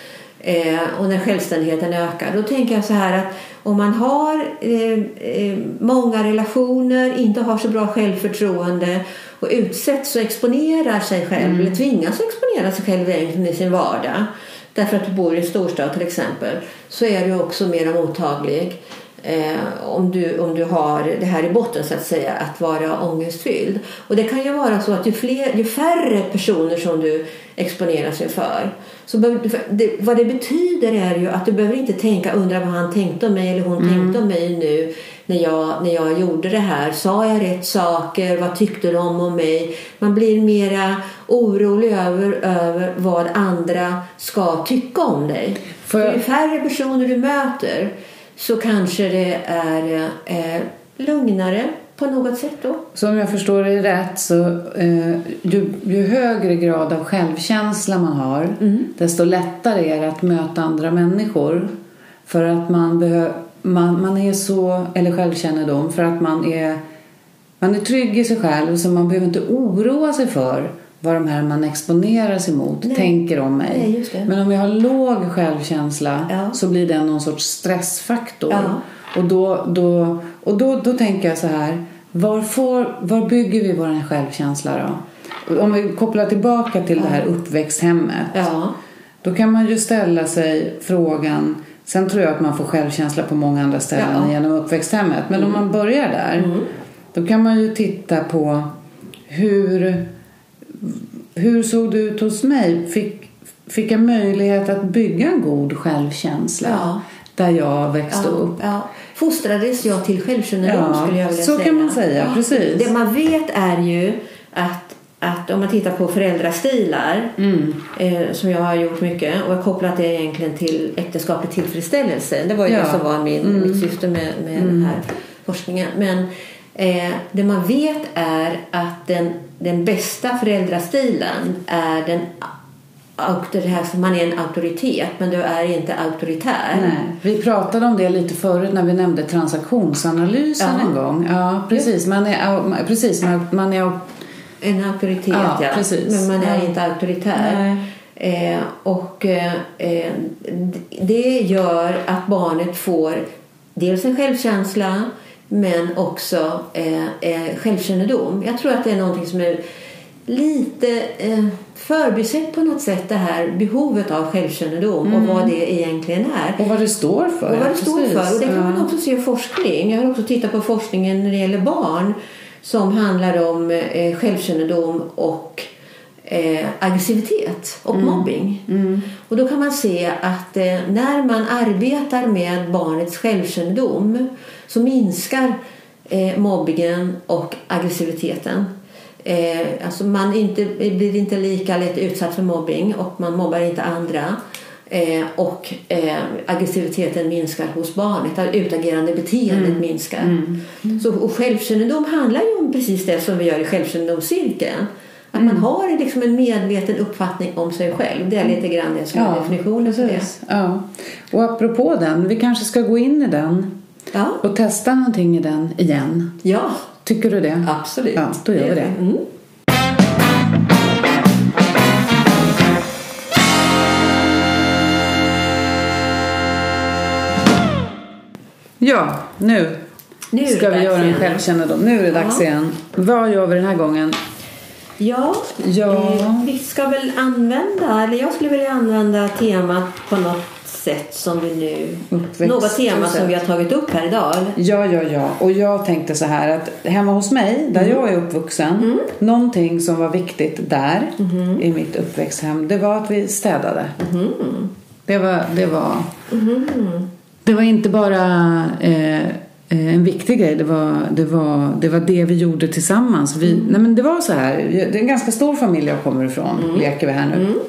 Eh, och när självständigheten ökar, då tänker jag så här att om man har eh, eh, många relationer, inte har så bra självförtroende och utsätts och exponerar sig själv mm. eller tvingas exponera sig själv egentligen i sin vardag därför att du bor i en storstad till exempel, så är du också mer mottaglig eh, om, du, om du har det här i botten så att säga, att vara ångestfylld. Och det kan ju vara så att ju, fler, ju färre personer som du exponerar sig för, så det, vad det betyder är ju att du behöver inte tänka, undra vad han tänkte om mig eller hon mm. tänkte om mig nu när jag, när jag gjorde det här. Sa jag rätt saker? Vad tyckte de om, om mig? Man blir mera orolig över, över vad andra ska tycka om dig. För jag... ju färre personer du möter så kanske det är eh, lugnare på något sätt då. Så om jag förstår det rätt så eh, ju, ju högre grad av självkänsla man har mm. desto lättare är det att möta andra människor, för att man behöver man, man är så, eller självkännedom, för att man är man är trygg i sig själv, så man behöver inte oroa sig för vad de här man exponerar sig mot Nej. tänker om mig. Nej, just det. Men om jag har låg självkänsla ja. så blir det någon sorts stressfaktor. Ja. Och, då, då, och då, då tänker jag så här, var, får, var bygger vi vår självkänsla då? Om vi kopplar tillbaka till ja. det här uppväxthemmet. Ja. Då kan man ju ställa sig frågan, sen tror jag att man får självkänsla på många andra ställen ja. genom uppväxthemmet. Men mm. om man börjar där, mm. då kan man ju titta på hur, hur såg det ut hos mig? Fick, fick jag möjlighet att bygga en god självkänsla? Ja. Där jag växte ja, upp. Ja. Fostrades jag till självkännedom ja, skulle jag vilja så säga. kan man säga, ja. precis. Det man vet är ju att, att om man tittar på föräldrastilar Mm. eh, som jag har gjort mycket och jag har kopplat det egentligen till äktenskaplig tillfredsställelse. Det var ju Ja. det som var min, Mm. mitt syfte med, med Mm. den här forskningen. Men eh, det man vet är att den, den bästa föräldrastilen är den det här som man är en auktoritet, men du är inte auktoritär. Nej, vi pratade om det lite förut när vi nämnde transaktionsanalysen Ja. en gång. Ja, precis. Man är, precis, man är en auktoritet, ja, ja. Precis. Men man är ja. inte auktoritär. Eh, och eh, det gör att barnet får dels en självkänsla men också eh, eh, självkännedom. Jag tror att det är någonting som är lite eh, förbisett på något sätt, det här behovet av självkännedom mm. och vad det egentligen är. Och vad det står för. Och vad det står precis. för. Och det kan ja. man också se i forskning. Jag har också tittat på forskningen när det gäller barn som handlar om eh, självkännedom och eh, aggressivitet och mm. mobbing. Mm. Och då kan man se att eh, när man arbetar med barnets självkännedom så minskar eh, mobbingen och aggressiviteten. Eh, alltså man inte, blir inte lika lätt utsatt för mobbing och man mobbar inte andra. Eh, och eh, aggressiviteten minskar hos barnet, utagerande beteendet mm. minskar. Mm. Mm. Så, och självkännedom handlar ju om precis det som vi gör i självkännedomscirkeln. Att mm. man har liksom en medveten uppfattning om sig själv. Det är lite grann det som är ja, definitionen för det. Ja. Och apropå den, vi kanske ska gå in i den ja. och testa någonting i den igen. Ja. Tycker du det? Absolut. Ja, då gör vi det. Mm. Ja, nu, nu ska vi göra en självkännedom. Nu är det dags ja. igen. Vad gör vi den här gången? Ja, ja. Eh, vi ska väl använda, eller jag skulle vilja använda temat på något sätt som vi nu, Uppväxt, något tema som vi har tagit upp här idag. Eller? Ja, ja, ja. Och jag tänkte så här att hemma hos mig, där mm. jag är uppvuxen, mm. någonting som var viktigt där mm. i mitt uppväxthem, det var att vi städade. Mm. Det var, det var, mm. det var inte bara eh, en viktig grej, det var det, var, det var det vi gjorde tillsammans. Vi, mm. nej, men det var så här, det är en ganska stor familj jag kommer ifrån, mm. leker vi här nu. Mm.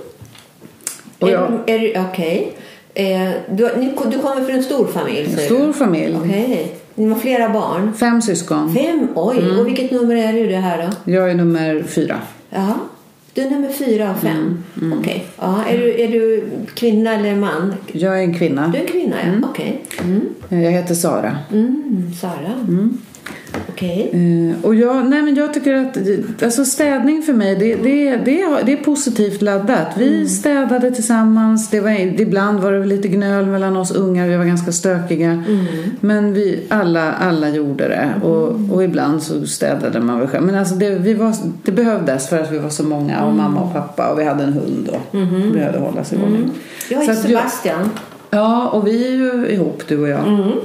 Och jag, är, är, Okej. Okay. Eh, du, du kommer från en stor familj. En stor du? familj. Okej. Okay. Ni har flera barn. Fem syskon. Fem? Oj. Mm. Och vilket nummer är du det här då? Jag är nummer fyra. Ja. Du är nummer fyra av fem. Mm. Mm. Okej. Okay. Ja, är, du, är du kvinna eller man? Jag är en kvinna. Du är en kvinna, ja. Mm. Okej. Okay. Mm. Jag heter Sara. Mm. Sara. Mm. Okej. Okay. Uh, och jag, nej men jag tycker att alltså städning för mig det, det, det, det är positivt laddat. Vi mm. städade tillsammans. Det var, ibland var det lite gnöl mellan oss ungar. Vi var ganska stökiga. Mm. Men vi alla, alla gjorde det. Mm. Och, och ibland så städade man väl själv. Men alltså det, vi var, det behövdes för att vi var så många. Och mm. mamma och pappa. Och vi hade en hund. Och mm. vi behövde hålla sig i ordning. Mm. Jag är Sebastian. Jag, ja, och vi är ju ihop, du och jag. Mm.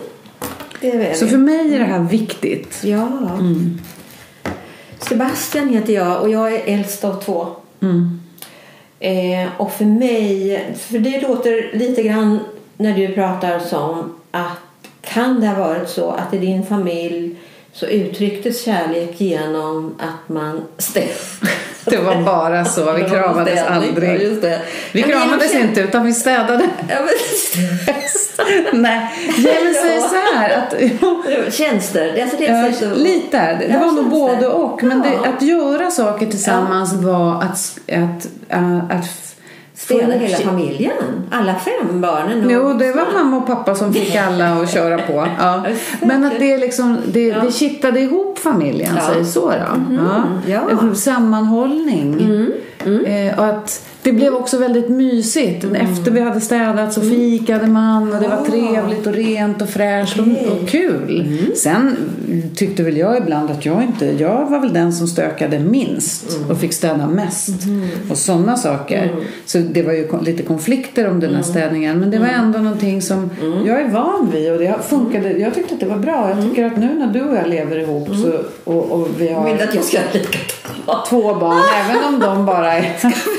Så för mig är det här viktigt. Ja. Mm. Sebastian heter jag och jag är äldst av två. Mm. Eh, och för mig, för det låter lite grann när du pratar som att kan det ha varit så att i din familj så uttrycktes kärlek genom att man ställde. Det var bara så, vi kramades aldrig. Ja, just det. Vi men kramades jag... inte utan vi städade. Ja, men... Nej, jag vill säga så här att tjänster, alltså det är uh, så... lite, det ja, var nog både och, men ja. det, att göra saker tillsammans ja. var att att att, att städa hela familjen, alla fem barnen. Jo, det var mamma och pappa som fick alla att köra på. Ja. Men att det liksom det, ja. det kittade ihop familjen, ja. säger så då. Mm-hmm. Ja. Ja. Sammanhållning. Mm. Mm. Eh, och att det blev också väldigt mysigt. Mm. Efter vi hade städat så fikade man och det var trevligt och rent och fräscht och, okay. och kul. Mm. Sen tyckte väl jag ibland att jag inte, jag var väl den som stökade minst mm. och fick städa mest mm. och sådana saker. Mm. Så det var ju lite konflikter om den här mm. städningen, men det var ändå någonting som mm. jag är van vid och det funkade. Jag tyckte att det var bra. Jag tycker att nu när du och jag lever ihop mm. så, och, och vi har vill att jag ska två barn, även om de bara är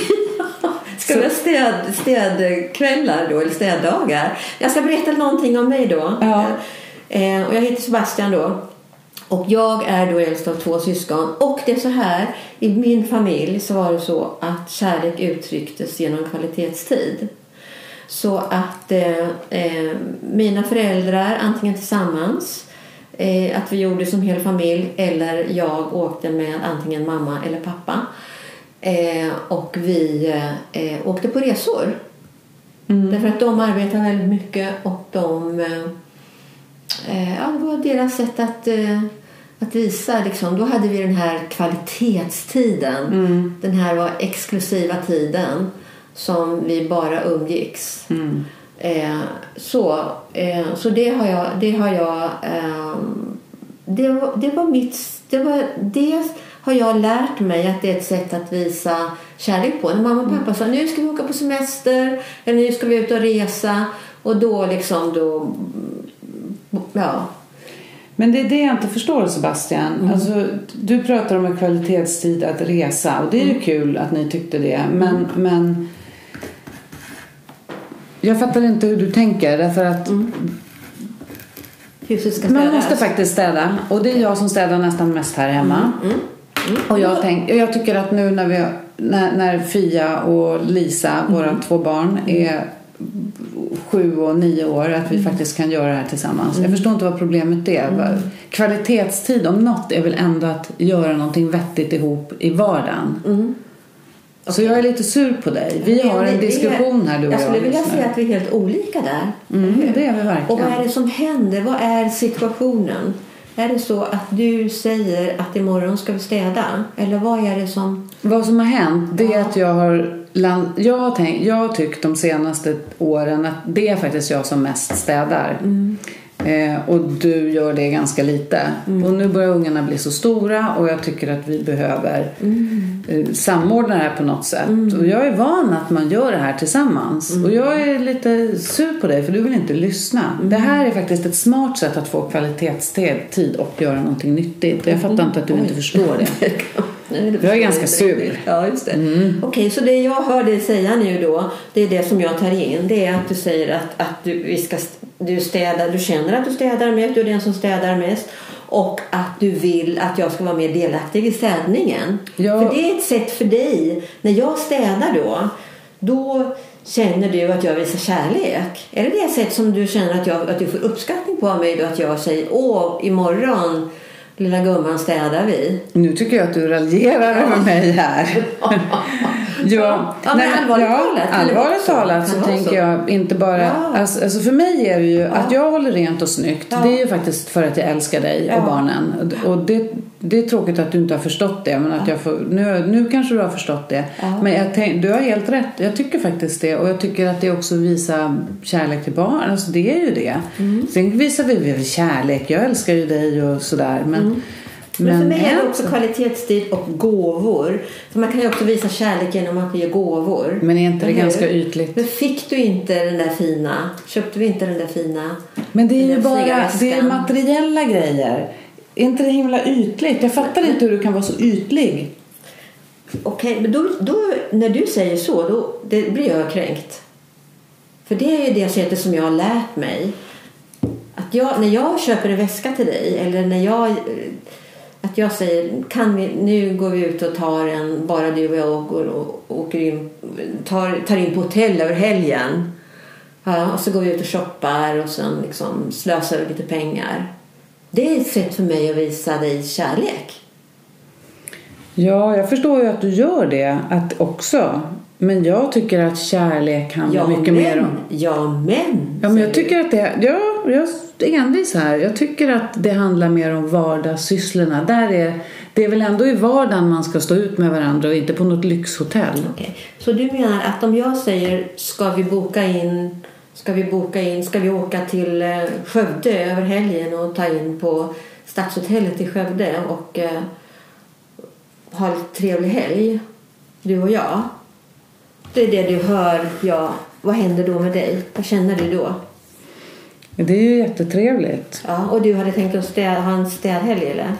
Ska vi ha städ, städkvällar då, eller städdagar? Jag ska berätta någonting om mig då. Ja. Eh, och jag heter Sebastian då. Och jag är då äldst av två syskon. Och det är så här, i min familj så var det så att kärlek uttrycktes genom kvalitetstid. Så att eh, eh, mina föräldrar antingen tillsammans, eh, att vi gjorde som hel familj, eller jag åkte med antingen mamma eller pappa. Eh, och vi eh, åkte på resor. Mm. Därför att de arbetar väldigt mycket och de, eh, ja, det var deras sätt att, eh, att visa. Liksom. Då hade vi den här kvalitetstiden. Mm. Den här var exklusiva tiden som vi bara umgicks. Mm. Eh, så eh, så det har jag, det har jag eh, det, var, det var mitt, det var det har jag lärt mig att det är ett sätt att visa kärlek på. När mamma och pappa sa, nu ska vi åka på semester, eller nu ska vi ut och resa, och då liksom då, ja. Men det är det jag inte förstår, Sebastian. Mm. Alltså, du pratar om en kvalitetstid att resa, och det är ju mm. kul att ni tyckte det, men, mm. men jag fattar inte hur du tänker, därför att mm. huset ska man måste faktiskt städa, och det är jag som städar nästan mest här hemma. Mm. Mm. Mm. Och jag, tänk, jag tycker att nu när, vi, när, när Fia och Lisa, mm. våra två barn, är sju och nio år, att vi mm. faktiskt kan göra det här tillsammans. Mm. Jag förstår inte vad problemet är. Mm. Kvalitetstid om något är väl ändå att göra någonting vettigt ihop i vardagen. Mm. Okay. Så jag är lite sur på dig. Vi har en diskussion här, du och jag. Jag skulle vilja säga att vi är helt olika där. Mm, det är vi verkligen. Och vad är det som händer? Vad är situationen? Är det så att du säger att imorgon ska vi städa? Eller vad är det som... Vad som har hänt, det är ja. att jag har... Land... Jag har, tänkt, jag har tyckt de senaste åren att det är faktiskt jag som mest städar. Mm. Eh, och du gör det ganska lite. Mm. Och nu börjar ungarna bli så stora, och jag tycker att vi behöver mm. eh, samordna det här på något sätt. Mm. Och jag är van att man gör det här tillsammans. Mm. Och jag är lite sur på dig, för du vill inte lyssna. Mm. Det här är faktiskt ett smart sätt att få kvalitetstid och göra någonting nyttigt. Jag fattar inte att du inte förstår det. Nej, jag är ganska sur. Ja, just det. Mm. Okej, okay, så det jag hör dig säga nu då, det är det som jag tar in. Det är att du säger att, att du, vi ska, du städar, du känner att du städar mest, du är den som städar mest. Och att du vill att jag ska vara mer delaktig i städningen. Ja. För det är ett sätt för dig. När jag städar då, då känner du att jag visar kärlek. Är det det sätt som du känner att, jag, att du får uppskattning på mig då? Att jag säger, åh, imorgon... lilla gumman städar vi. Nu tycker jag att du raljerar över mig här. ja, ja, men nej, allvarligt ja, talat. Allvarligt talat så tänker så. jag inte bara... Ja. Alltså, alltså för mig är det ju ja. att jag håller rent och snyggt. Ja. Det är ju faktiskt för att jag älskar dig ja. och barnen. Och det, det är tråkigt att du inte har förstått det. Men att ja. jag får, nu, nu kanske du har förstått det. Ja. Men jag tänk, du har helt rätt. Jag tycker faktiskt det. Och jag tycker att det också visar kärlek till barn. Alltså det är ju det. Mm. Sen visar vi, vi kärlek. Jag älskar ju dig och sådär. Men... Mm. Men, men för mig är det också kvalitetstid och gåvor. För man kan ju också visa kärlek genom att ge gåvor. Men är inte det ganska ytligt? Men fick du inte den där fina? Köpte vi inte den där fina? Men det är ju bara det är materiella grejer. Är inte det himla ytligt? Jag fattar inte hur du kan vara så ytlig. Okej, okay, men då, då, när du säger så, då det blir jag kränkt. För det är ju det sättet som jag har lärt mig. Att jag, när jag köper en väska till dig, eller när jag... Att jag säger, kan vi, nu går vi ut och tar en, bara du och jag går och åker in, tar, tar in på hotell över helgen. Ja, och så går vi ut och shoppar och sen liksom slösar vi lite pengar. Det är ett sätt för mig att visa dig kärlek. Ja, jag förstår ju att du gör det att också. Men jag tycker att kärlek handlar ja, mycket men, mer om... Ja, men... Ja, men jag tycker att det... Ja, jag är envis här. Jag tycker att det handlar mer om vardagssysslorna. Där är, det är väl ändå i vardagen man ska stå ut med varandra och inte på något lyxhotell. Okay. Så du menar att om jag säger, ska vi boka in... Ska vi boka in... Ska vi åka till Skövde över helgen och ta in på Stadshotellet i Skövde och eh, ha en trevlig helg? Du och jag... Det är det du hör, ja. Vad händer då med dig? Vad känner du då? Det är ju jättetrevligt. Ja, och du hade tänkt att städ, ha en städhelg, eller?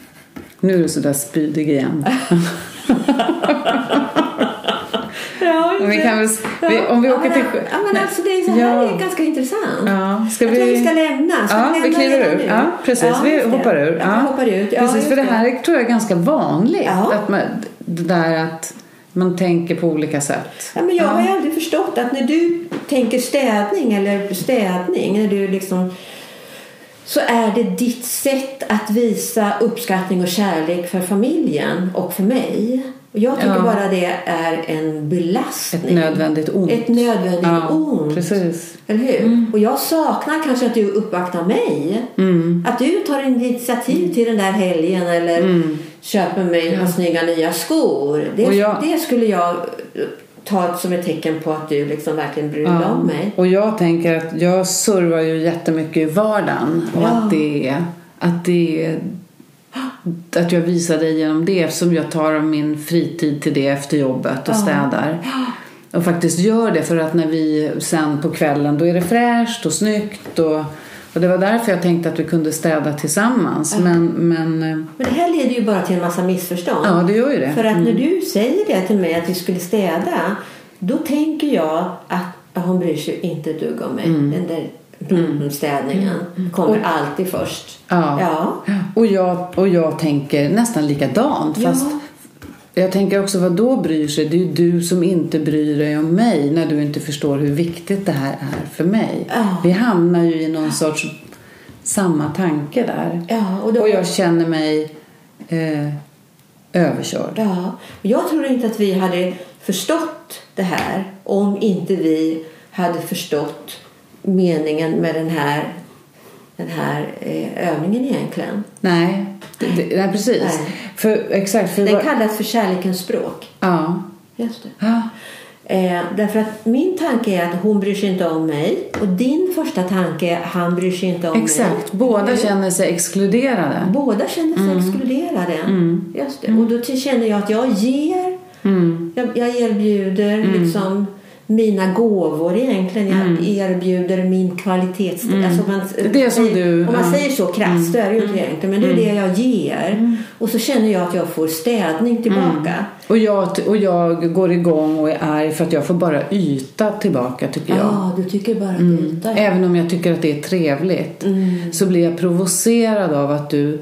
Nu är du så där spydig igen. ja, Men vi kan väl, vi, om vi ja, åker men, till... Ja, men alltså det är så här Ja. är ganska intressant. Ja. Ska jag vi... tror vi ska lämna. Ska ja, vi, lämna vi kliver ur. nu? Ja, precis. Ja, vi just det. hoppar ur. Ja, Ja. vi hoppar ut. Ja, precis, just för det här det. tror jag är ganska vanligt. Ja. Att man, det där att man tänker på olika sätt. Ja, men jag ja. har ju aldrig förstått att när du tänker städning eller städning, när du liksom, så är det ditt sätt att visa uppskattning och kärlek för familjen och för mig. Och jag tycker ja. bara det är en belastning. Ett nödvändigt ont. Ett nödvändigt ja, ont. Precis. Eller hur? Mm. Och jag saknar kanske att du uppvaktar mig. Mm. Att du tar initiativ till den där helgen eller mm. köper mig några ja. snygga nya skor. Det, jag, det skulle jag ta som ett tecken på att du liksom verkligen bryr dig ja. om mig. Och jag tänker att jag servar ju jättemycket i vardagen. Och Ja. att det är... Att det är att jag visar dig genom det, eftersom jag tar av min fritid till det efter jobbet och ja. städar. Och faktiskt gör det, för att när vi sen på kvällen, då är det fräscht och snyggt. Och, och det var därför jag tänkte att vi kunde städa tillsammans. Ja. Men, men, men det här leder ju bara till en massa missförstånd. ja, det gör ju det. För att mm. när du säger det till mig att vi skulle städa, då tänker jag att hon bryr sig inte ett dugg om mig. Mm. Den där Mm. städningen mm. kommer och, alltid först. Ja. ja. Och, jag, och jag tänker nästan likadant. Ja. Fast jag tänker också, vad då bryr sig? Det är ju du som inte bryr dig om mig när du inte förstår hur viktigt det här är för mig. Ja. Vi hamnar ju i någon sorts samma tanke där. Ja, och, då, och jag känner mig eh, överkörd. Ja. Jag tror inte att vi hade förstått det här om inte vi hade förstått meningen med den här, den här eh, övningen egentligen. Nej, det, det, nej precis. Nej. För, exakt, för den var... kallas för kärlekens språk. Ja. Just det. Ja. Eh, därför att min tanke är att hon bryr sig inte om mig. Och din första tanke är att han bryr sig inte om exakt. mig. Exakt, båda mm. känner sig exkluderade. Båda känner sig mm. exkluderade. Mm. Just det. Och då känner jag att jag ger. Mm. Jag, jag erbjuder mm. liksom mina gåvor egentligen. Jag mm. erbjuder min kvalitets... Mm. Alltså man, det som du, om man ja. säger så krasst, då är det ju inte egentligen. Men det är det jag ger. Mm. Och så känner jag att jag får städning tillbaka. Mm. Och, jag, och jag går igång och är arg för att jag får bara yta tillbaka, tycker jag. Ja, du tycker bara att mm. yta. Ja. Även om jag tycker att det är trevligt. Mm. Så blir jag provocerad av att du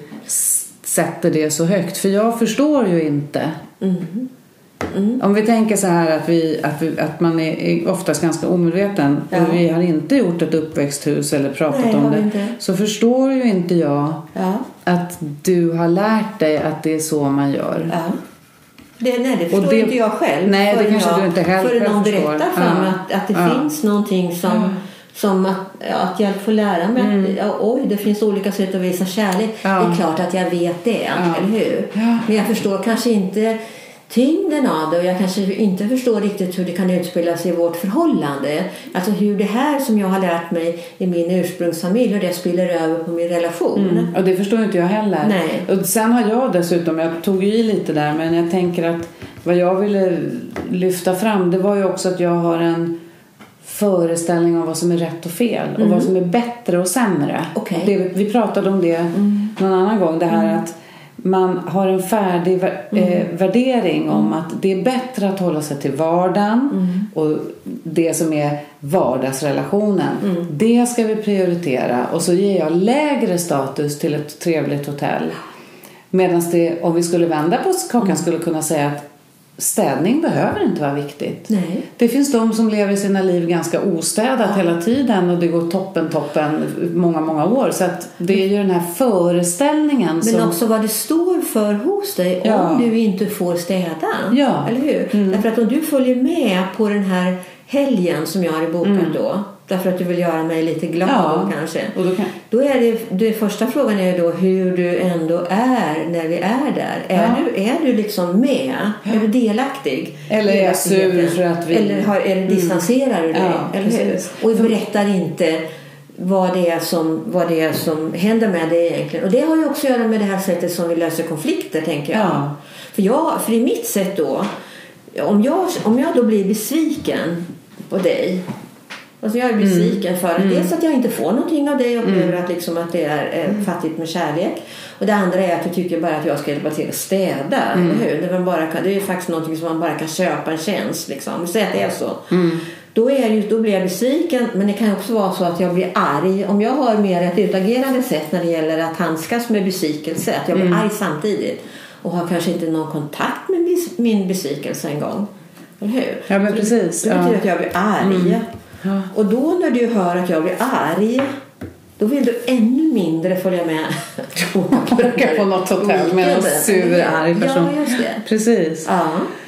sätter det så högt. För jag förstår ju inte... Mm. Mm. Om vi tänker så här att, vi, att, vi, att man är oftast ganska omedveten ja. och vi har inte gjort ett uppväxthus eller pratat Nej, om det, inte. så förstår ju inte jag ja. att du har lärt dig att det är så man gör. Ja. Det, nej, det förstår det, inte jag själv. Nej, det kanske jag, du inte själv förrän någon förstår. berättar för ja. mig att, att det ja. finns någonting som, ja. som att, att jag får lära mig mm. att ja, oj, det finns olika sätt att visa kärlek. Ja. Det är klart att jag vet det, ja. eller hur? Ja. Men jag förstår kanske inte tyngden av det, och jag kanske inte förstår riktigt hur det kan utspelas i vårt förhållande. Alltså hur det här som jag har lärt mig i min ursprungsfamilj, och det spiller över på min relation. Mm. Och det förstår inte jag heller. Nej. Och sen har jag dessutom, jag tog ju i lite där, men jag tänker att vad jag ville lyfta fram, det var ju också att jag har en föreställning om vad som är rätt och fel mm. och vad som är bättre och sämre. Okay. Och det, vi pratade om det mm. någon annan gång, det här mm. att man har en färdig eh, värdering om att det är bättre att hålla sig till vardagen mm. och det som är vardagsrelationen. Mm. Det ska vi prioritera, och så ger jag lägre status till ett trevligt hotell. Medan det, om vi skulle vända på kakan, mm. skulle kunna säga att städning behöver inte vara viktigt. Nej. Det finns de som lever sina liv ganska ostädat ja. hela tiden, och det går toppen toppen många många år, så att det är ju den här föreställningen. Men som... också vad det står för hos dig ja. om du inte får städa. Ja. Eller hur? Mm. Därför att om du följer med på den här helgen som jag har bokat mm. då, därför att du vill göra mig lite glad ja. då, kanske. Och då, kan... då är det, det första frågan är då hur du ändå är när vi är där. Är, ja. du, är du liksom med? Ja. Är du delaktig? Eller är jag sur för att vi... Eller, har, eller distanserar mm. du dig? Ja, eller hur? Och berättar inte vad det är som, vad det är som händer med dig egentligen. Och det har ju också att göra med det här sättet som vi löser konflikter, tänker jag. Ja. För, jag, för i mitt sätt då, om jag, om jag då blir besviken på dig, Alltså jag är besviken mm. för att mm. dels att jag inte får någonting av dig och upplever mm. att, liksom att det är eh, fattigt med kärlek. Och det andra är att jag tycker bara att jag ska hjälpa till att städa. Mm. Eller hur? Det, man bara kan, det är ju faktiskt någonting som man bara kan köpa en tjänst. Liksom. Säg att det är så. Mm. Då, är det, då blir jag besviken. Men det kan också vara så att jag blir arg. Om jag har mer ett utagerande sätt när det gäller att handskas med besvikelse. Att jag blir mm. arg samtidigt. Och har kanske inte någon kontakt med bis, min besvikelse en gång. Eller hur? Ja, men precis. Det, det betyder ja. att jag blir arg. Mm. Ja. Och då när du hör att jag blir arg, då vill du ännu mindre följa med. Åka på något hotell med en sur arg person. Ja, just det. Precis. Ja.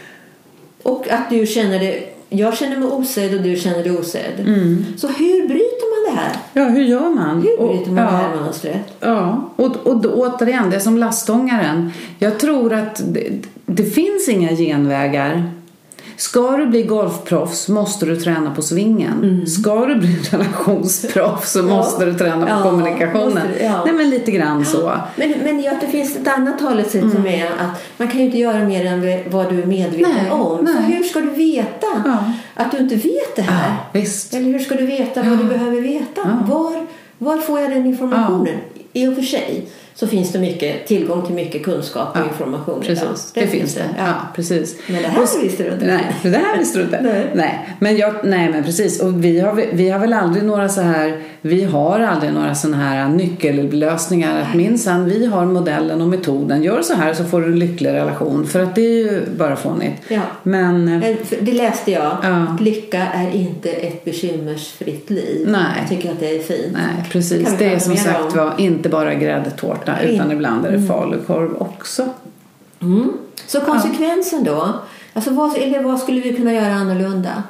Och att du känner det, jag känner mig osedd och du känner dig osedd. Mm. Så hur bryter man det här? Ja, hur gör man? Hur bryter man och, det här mönstret? Ja, och, och då, återigen, det är som lastångaren. Jag tror att det, det finns inga genvägar. Ska du bli golfproffs måste du träna på svingen. Mm. Ska du bli relationsproffs så ja. måste du träna på ja, kommunikationen. Du, ja. Nej, men lite grann så. Men, men ja, det finns ett annat talesätt mm. som är att man kan ju inte göra mer än vad du är medveten nej, om. Nej. Så hur ska du veta ja. att du inte vet det här? Ja, visst. Eller hur ska du veta ja. vad du behöver veta? Ja. Var, var får jag den informationen? Ja. I och för sig så finns det mycket tillgång till mycket kunskap och ja, information. Precis, det, det finns det. Ja. Ja, precis. Men det här visste du inte. Nej, det här visste du inte. nej. nej, men jag, nej, men precis. Och vi har, vi har väl aldrig några så här, vi har aldrig några såna här nyckellösningar. Att minsann, vi har modellen och metoden. Gör så här så får du en lycklig relation. För att det är ju bara fånigt. Ja. Men, det läste jag. Ja. Lycka är inte ett bekymmersfritt liv. Nej. Jag tycker att det är fint. Nej, precis. Det är som sagt var inte bara gräddtårta. Utan ibland är det falukorv också. Mm. Så konsekvensen då? Alltså vad, eller vad skulle vi kunna göra annorlunda?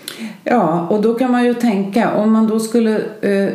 Ja, och då kan man ju tänka om man då skulle eh,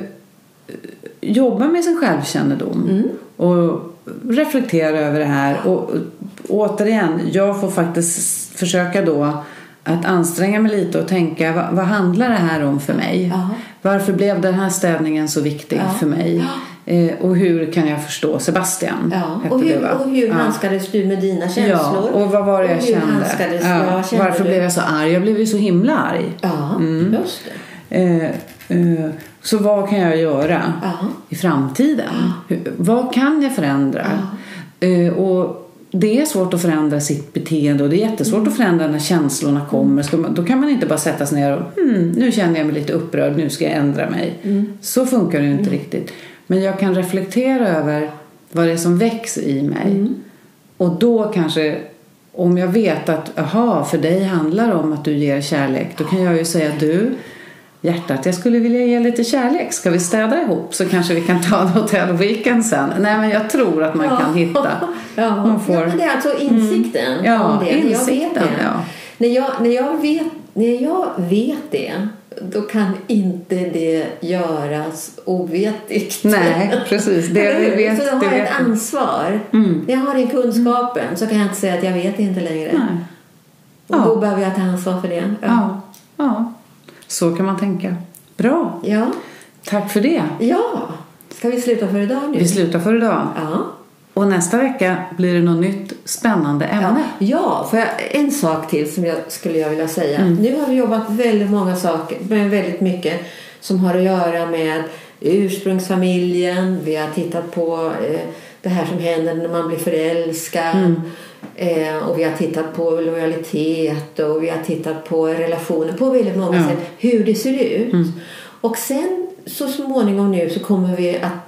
jobba med sin självkännedom mm. och reflektera över det här. Och, och återigen, jag får faktiskt försöka då att anstränga mig lite och tänka vad, vad handlar det här om för mig? Uh-huh. Varför blev den här stävningen så viktig uh-huh. för mig? Eh, och hur kan jag förstå Sebastian? Ja. Och, hur, och hur handskades ja. du med dina känslor? Ja, och vad var det jag kände? Ja. Kände Varför du? blev jag så arg? Jag blev ju så himla arg. Ja, mm. just det. Eh, eh, så vad kan jag göra uh-huh. i framtiden? Uh-huh. Hur, vad kan jag förändra? Uh-huh. Eh, och det är svårt att förändra sitt beteende och det är jättesvårt mm. att förändra när känslorna kommer. Ska man, då kan man inte bara sätta sig ner och hmm, nu känner jag mig lite upprörd, nu ska jag ändra mig. Mm. Så funkar det ju inte mm. riktigt. Men jag kan reflektera över vad det är som växer i mig. Mm. Och då kanske, om jag vet att aha, för dig handlar om att du ger kärlek, då kan jag ju säga du, hjärtat, jag skulle vilja ge lite kärlek. Ska vi städa ihop så kanske vi kan ta en hotellweekend sen. Nej, men jag tror att man ja. kan hitta. Ja. Man får... ja, men det är alltså insikten. Mm. Ja, om det. insikten. Jag vet det. Ja. När, jag, när, jag vet, när jag vet det, då kan inte det göras ovetigt. Nej, precis. Det, vi vet, så då har jag vet. ett ansvar. Mm. När jag har den kunskapen mm. så kan jag inte säga att jag vet inte längre. Nej. Och ja. då behöver jag ta ansvar för det. Ja. Ja. ja. Så kan man tänka. Bra. Ja. Tack för det. Ja. Ska vi sluta för idag nu? Vi slutar för idag. Ja. Och nästa vecka blir det något nytt spännande ämne. Ja, ja för jag, en sak till som jag skulle jag vilja säga. Mm. Nu har vi jobbat väldigt många saker, men väldigt mycket som har att göra med ursprungsfamiljen. Vi har tittat på eh, det här som händer när man blir förälskad. Mm. Eh, och vi har tittat på lojalitet och vi har tittat på relationer på väldigt många ja. sätt. Hur det ser ut. Mm. Och sen så småningom nu så kommer vi att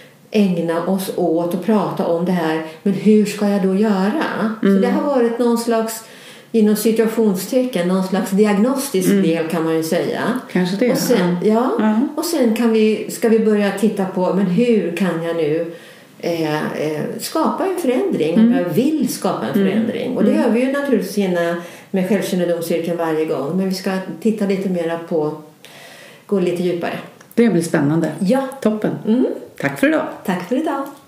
ägna oss åt och prata om det här. Men hur ska jag då göra? Mm. Så det har varit någon slags, inom situationstecken, någon slags diagnostisk mm. del kan man ju säga. Kanske det. Och sen, ja. Mm. Och sen kan vi, ska vi börja titta på, men hur kan jag nu eh, eh, skapa en förändring? Mm. Om jag vill skapa en förändring. Mm. Och det gör vi ju naturligtvis gärna med självkännedomscirkeln varje gång. Men vi ska titta lite mer på, gå lite djupare. Det blir spännande. Ja. Toppen. Mm. Tack för idag. Tack för idag.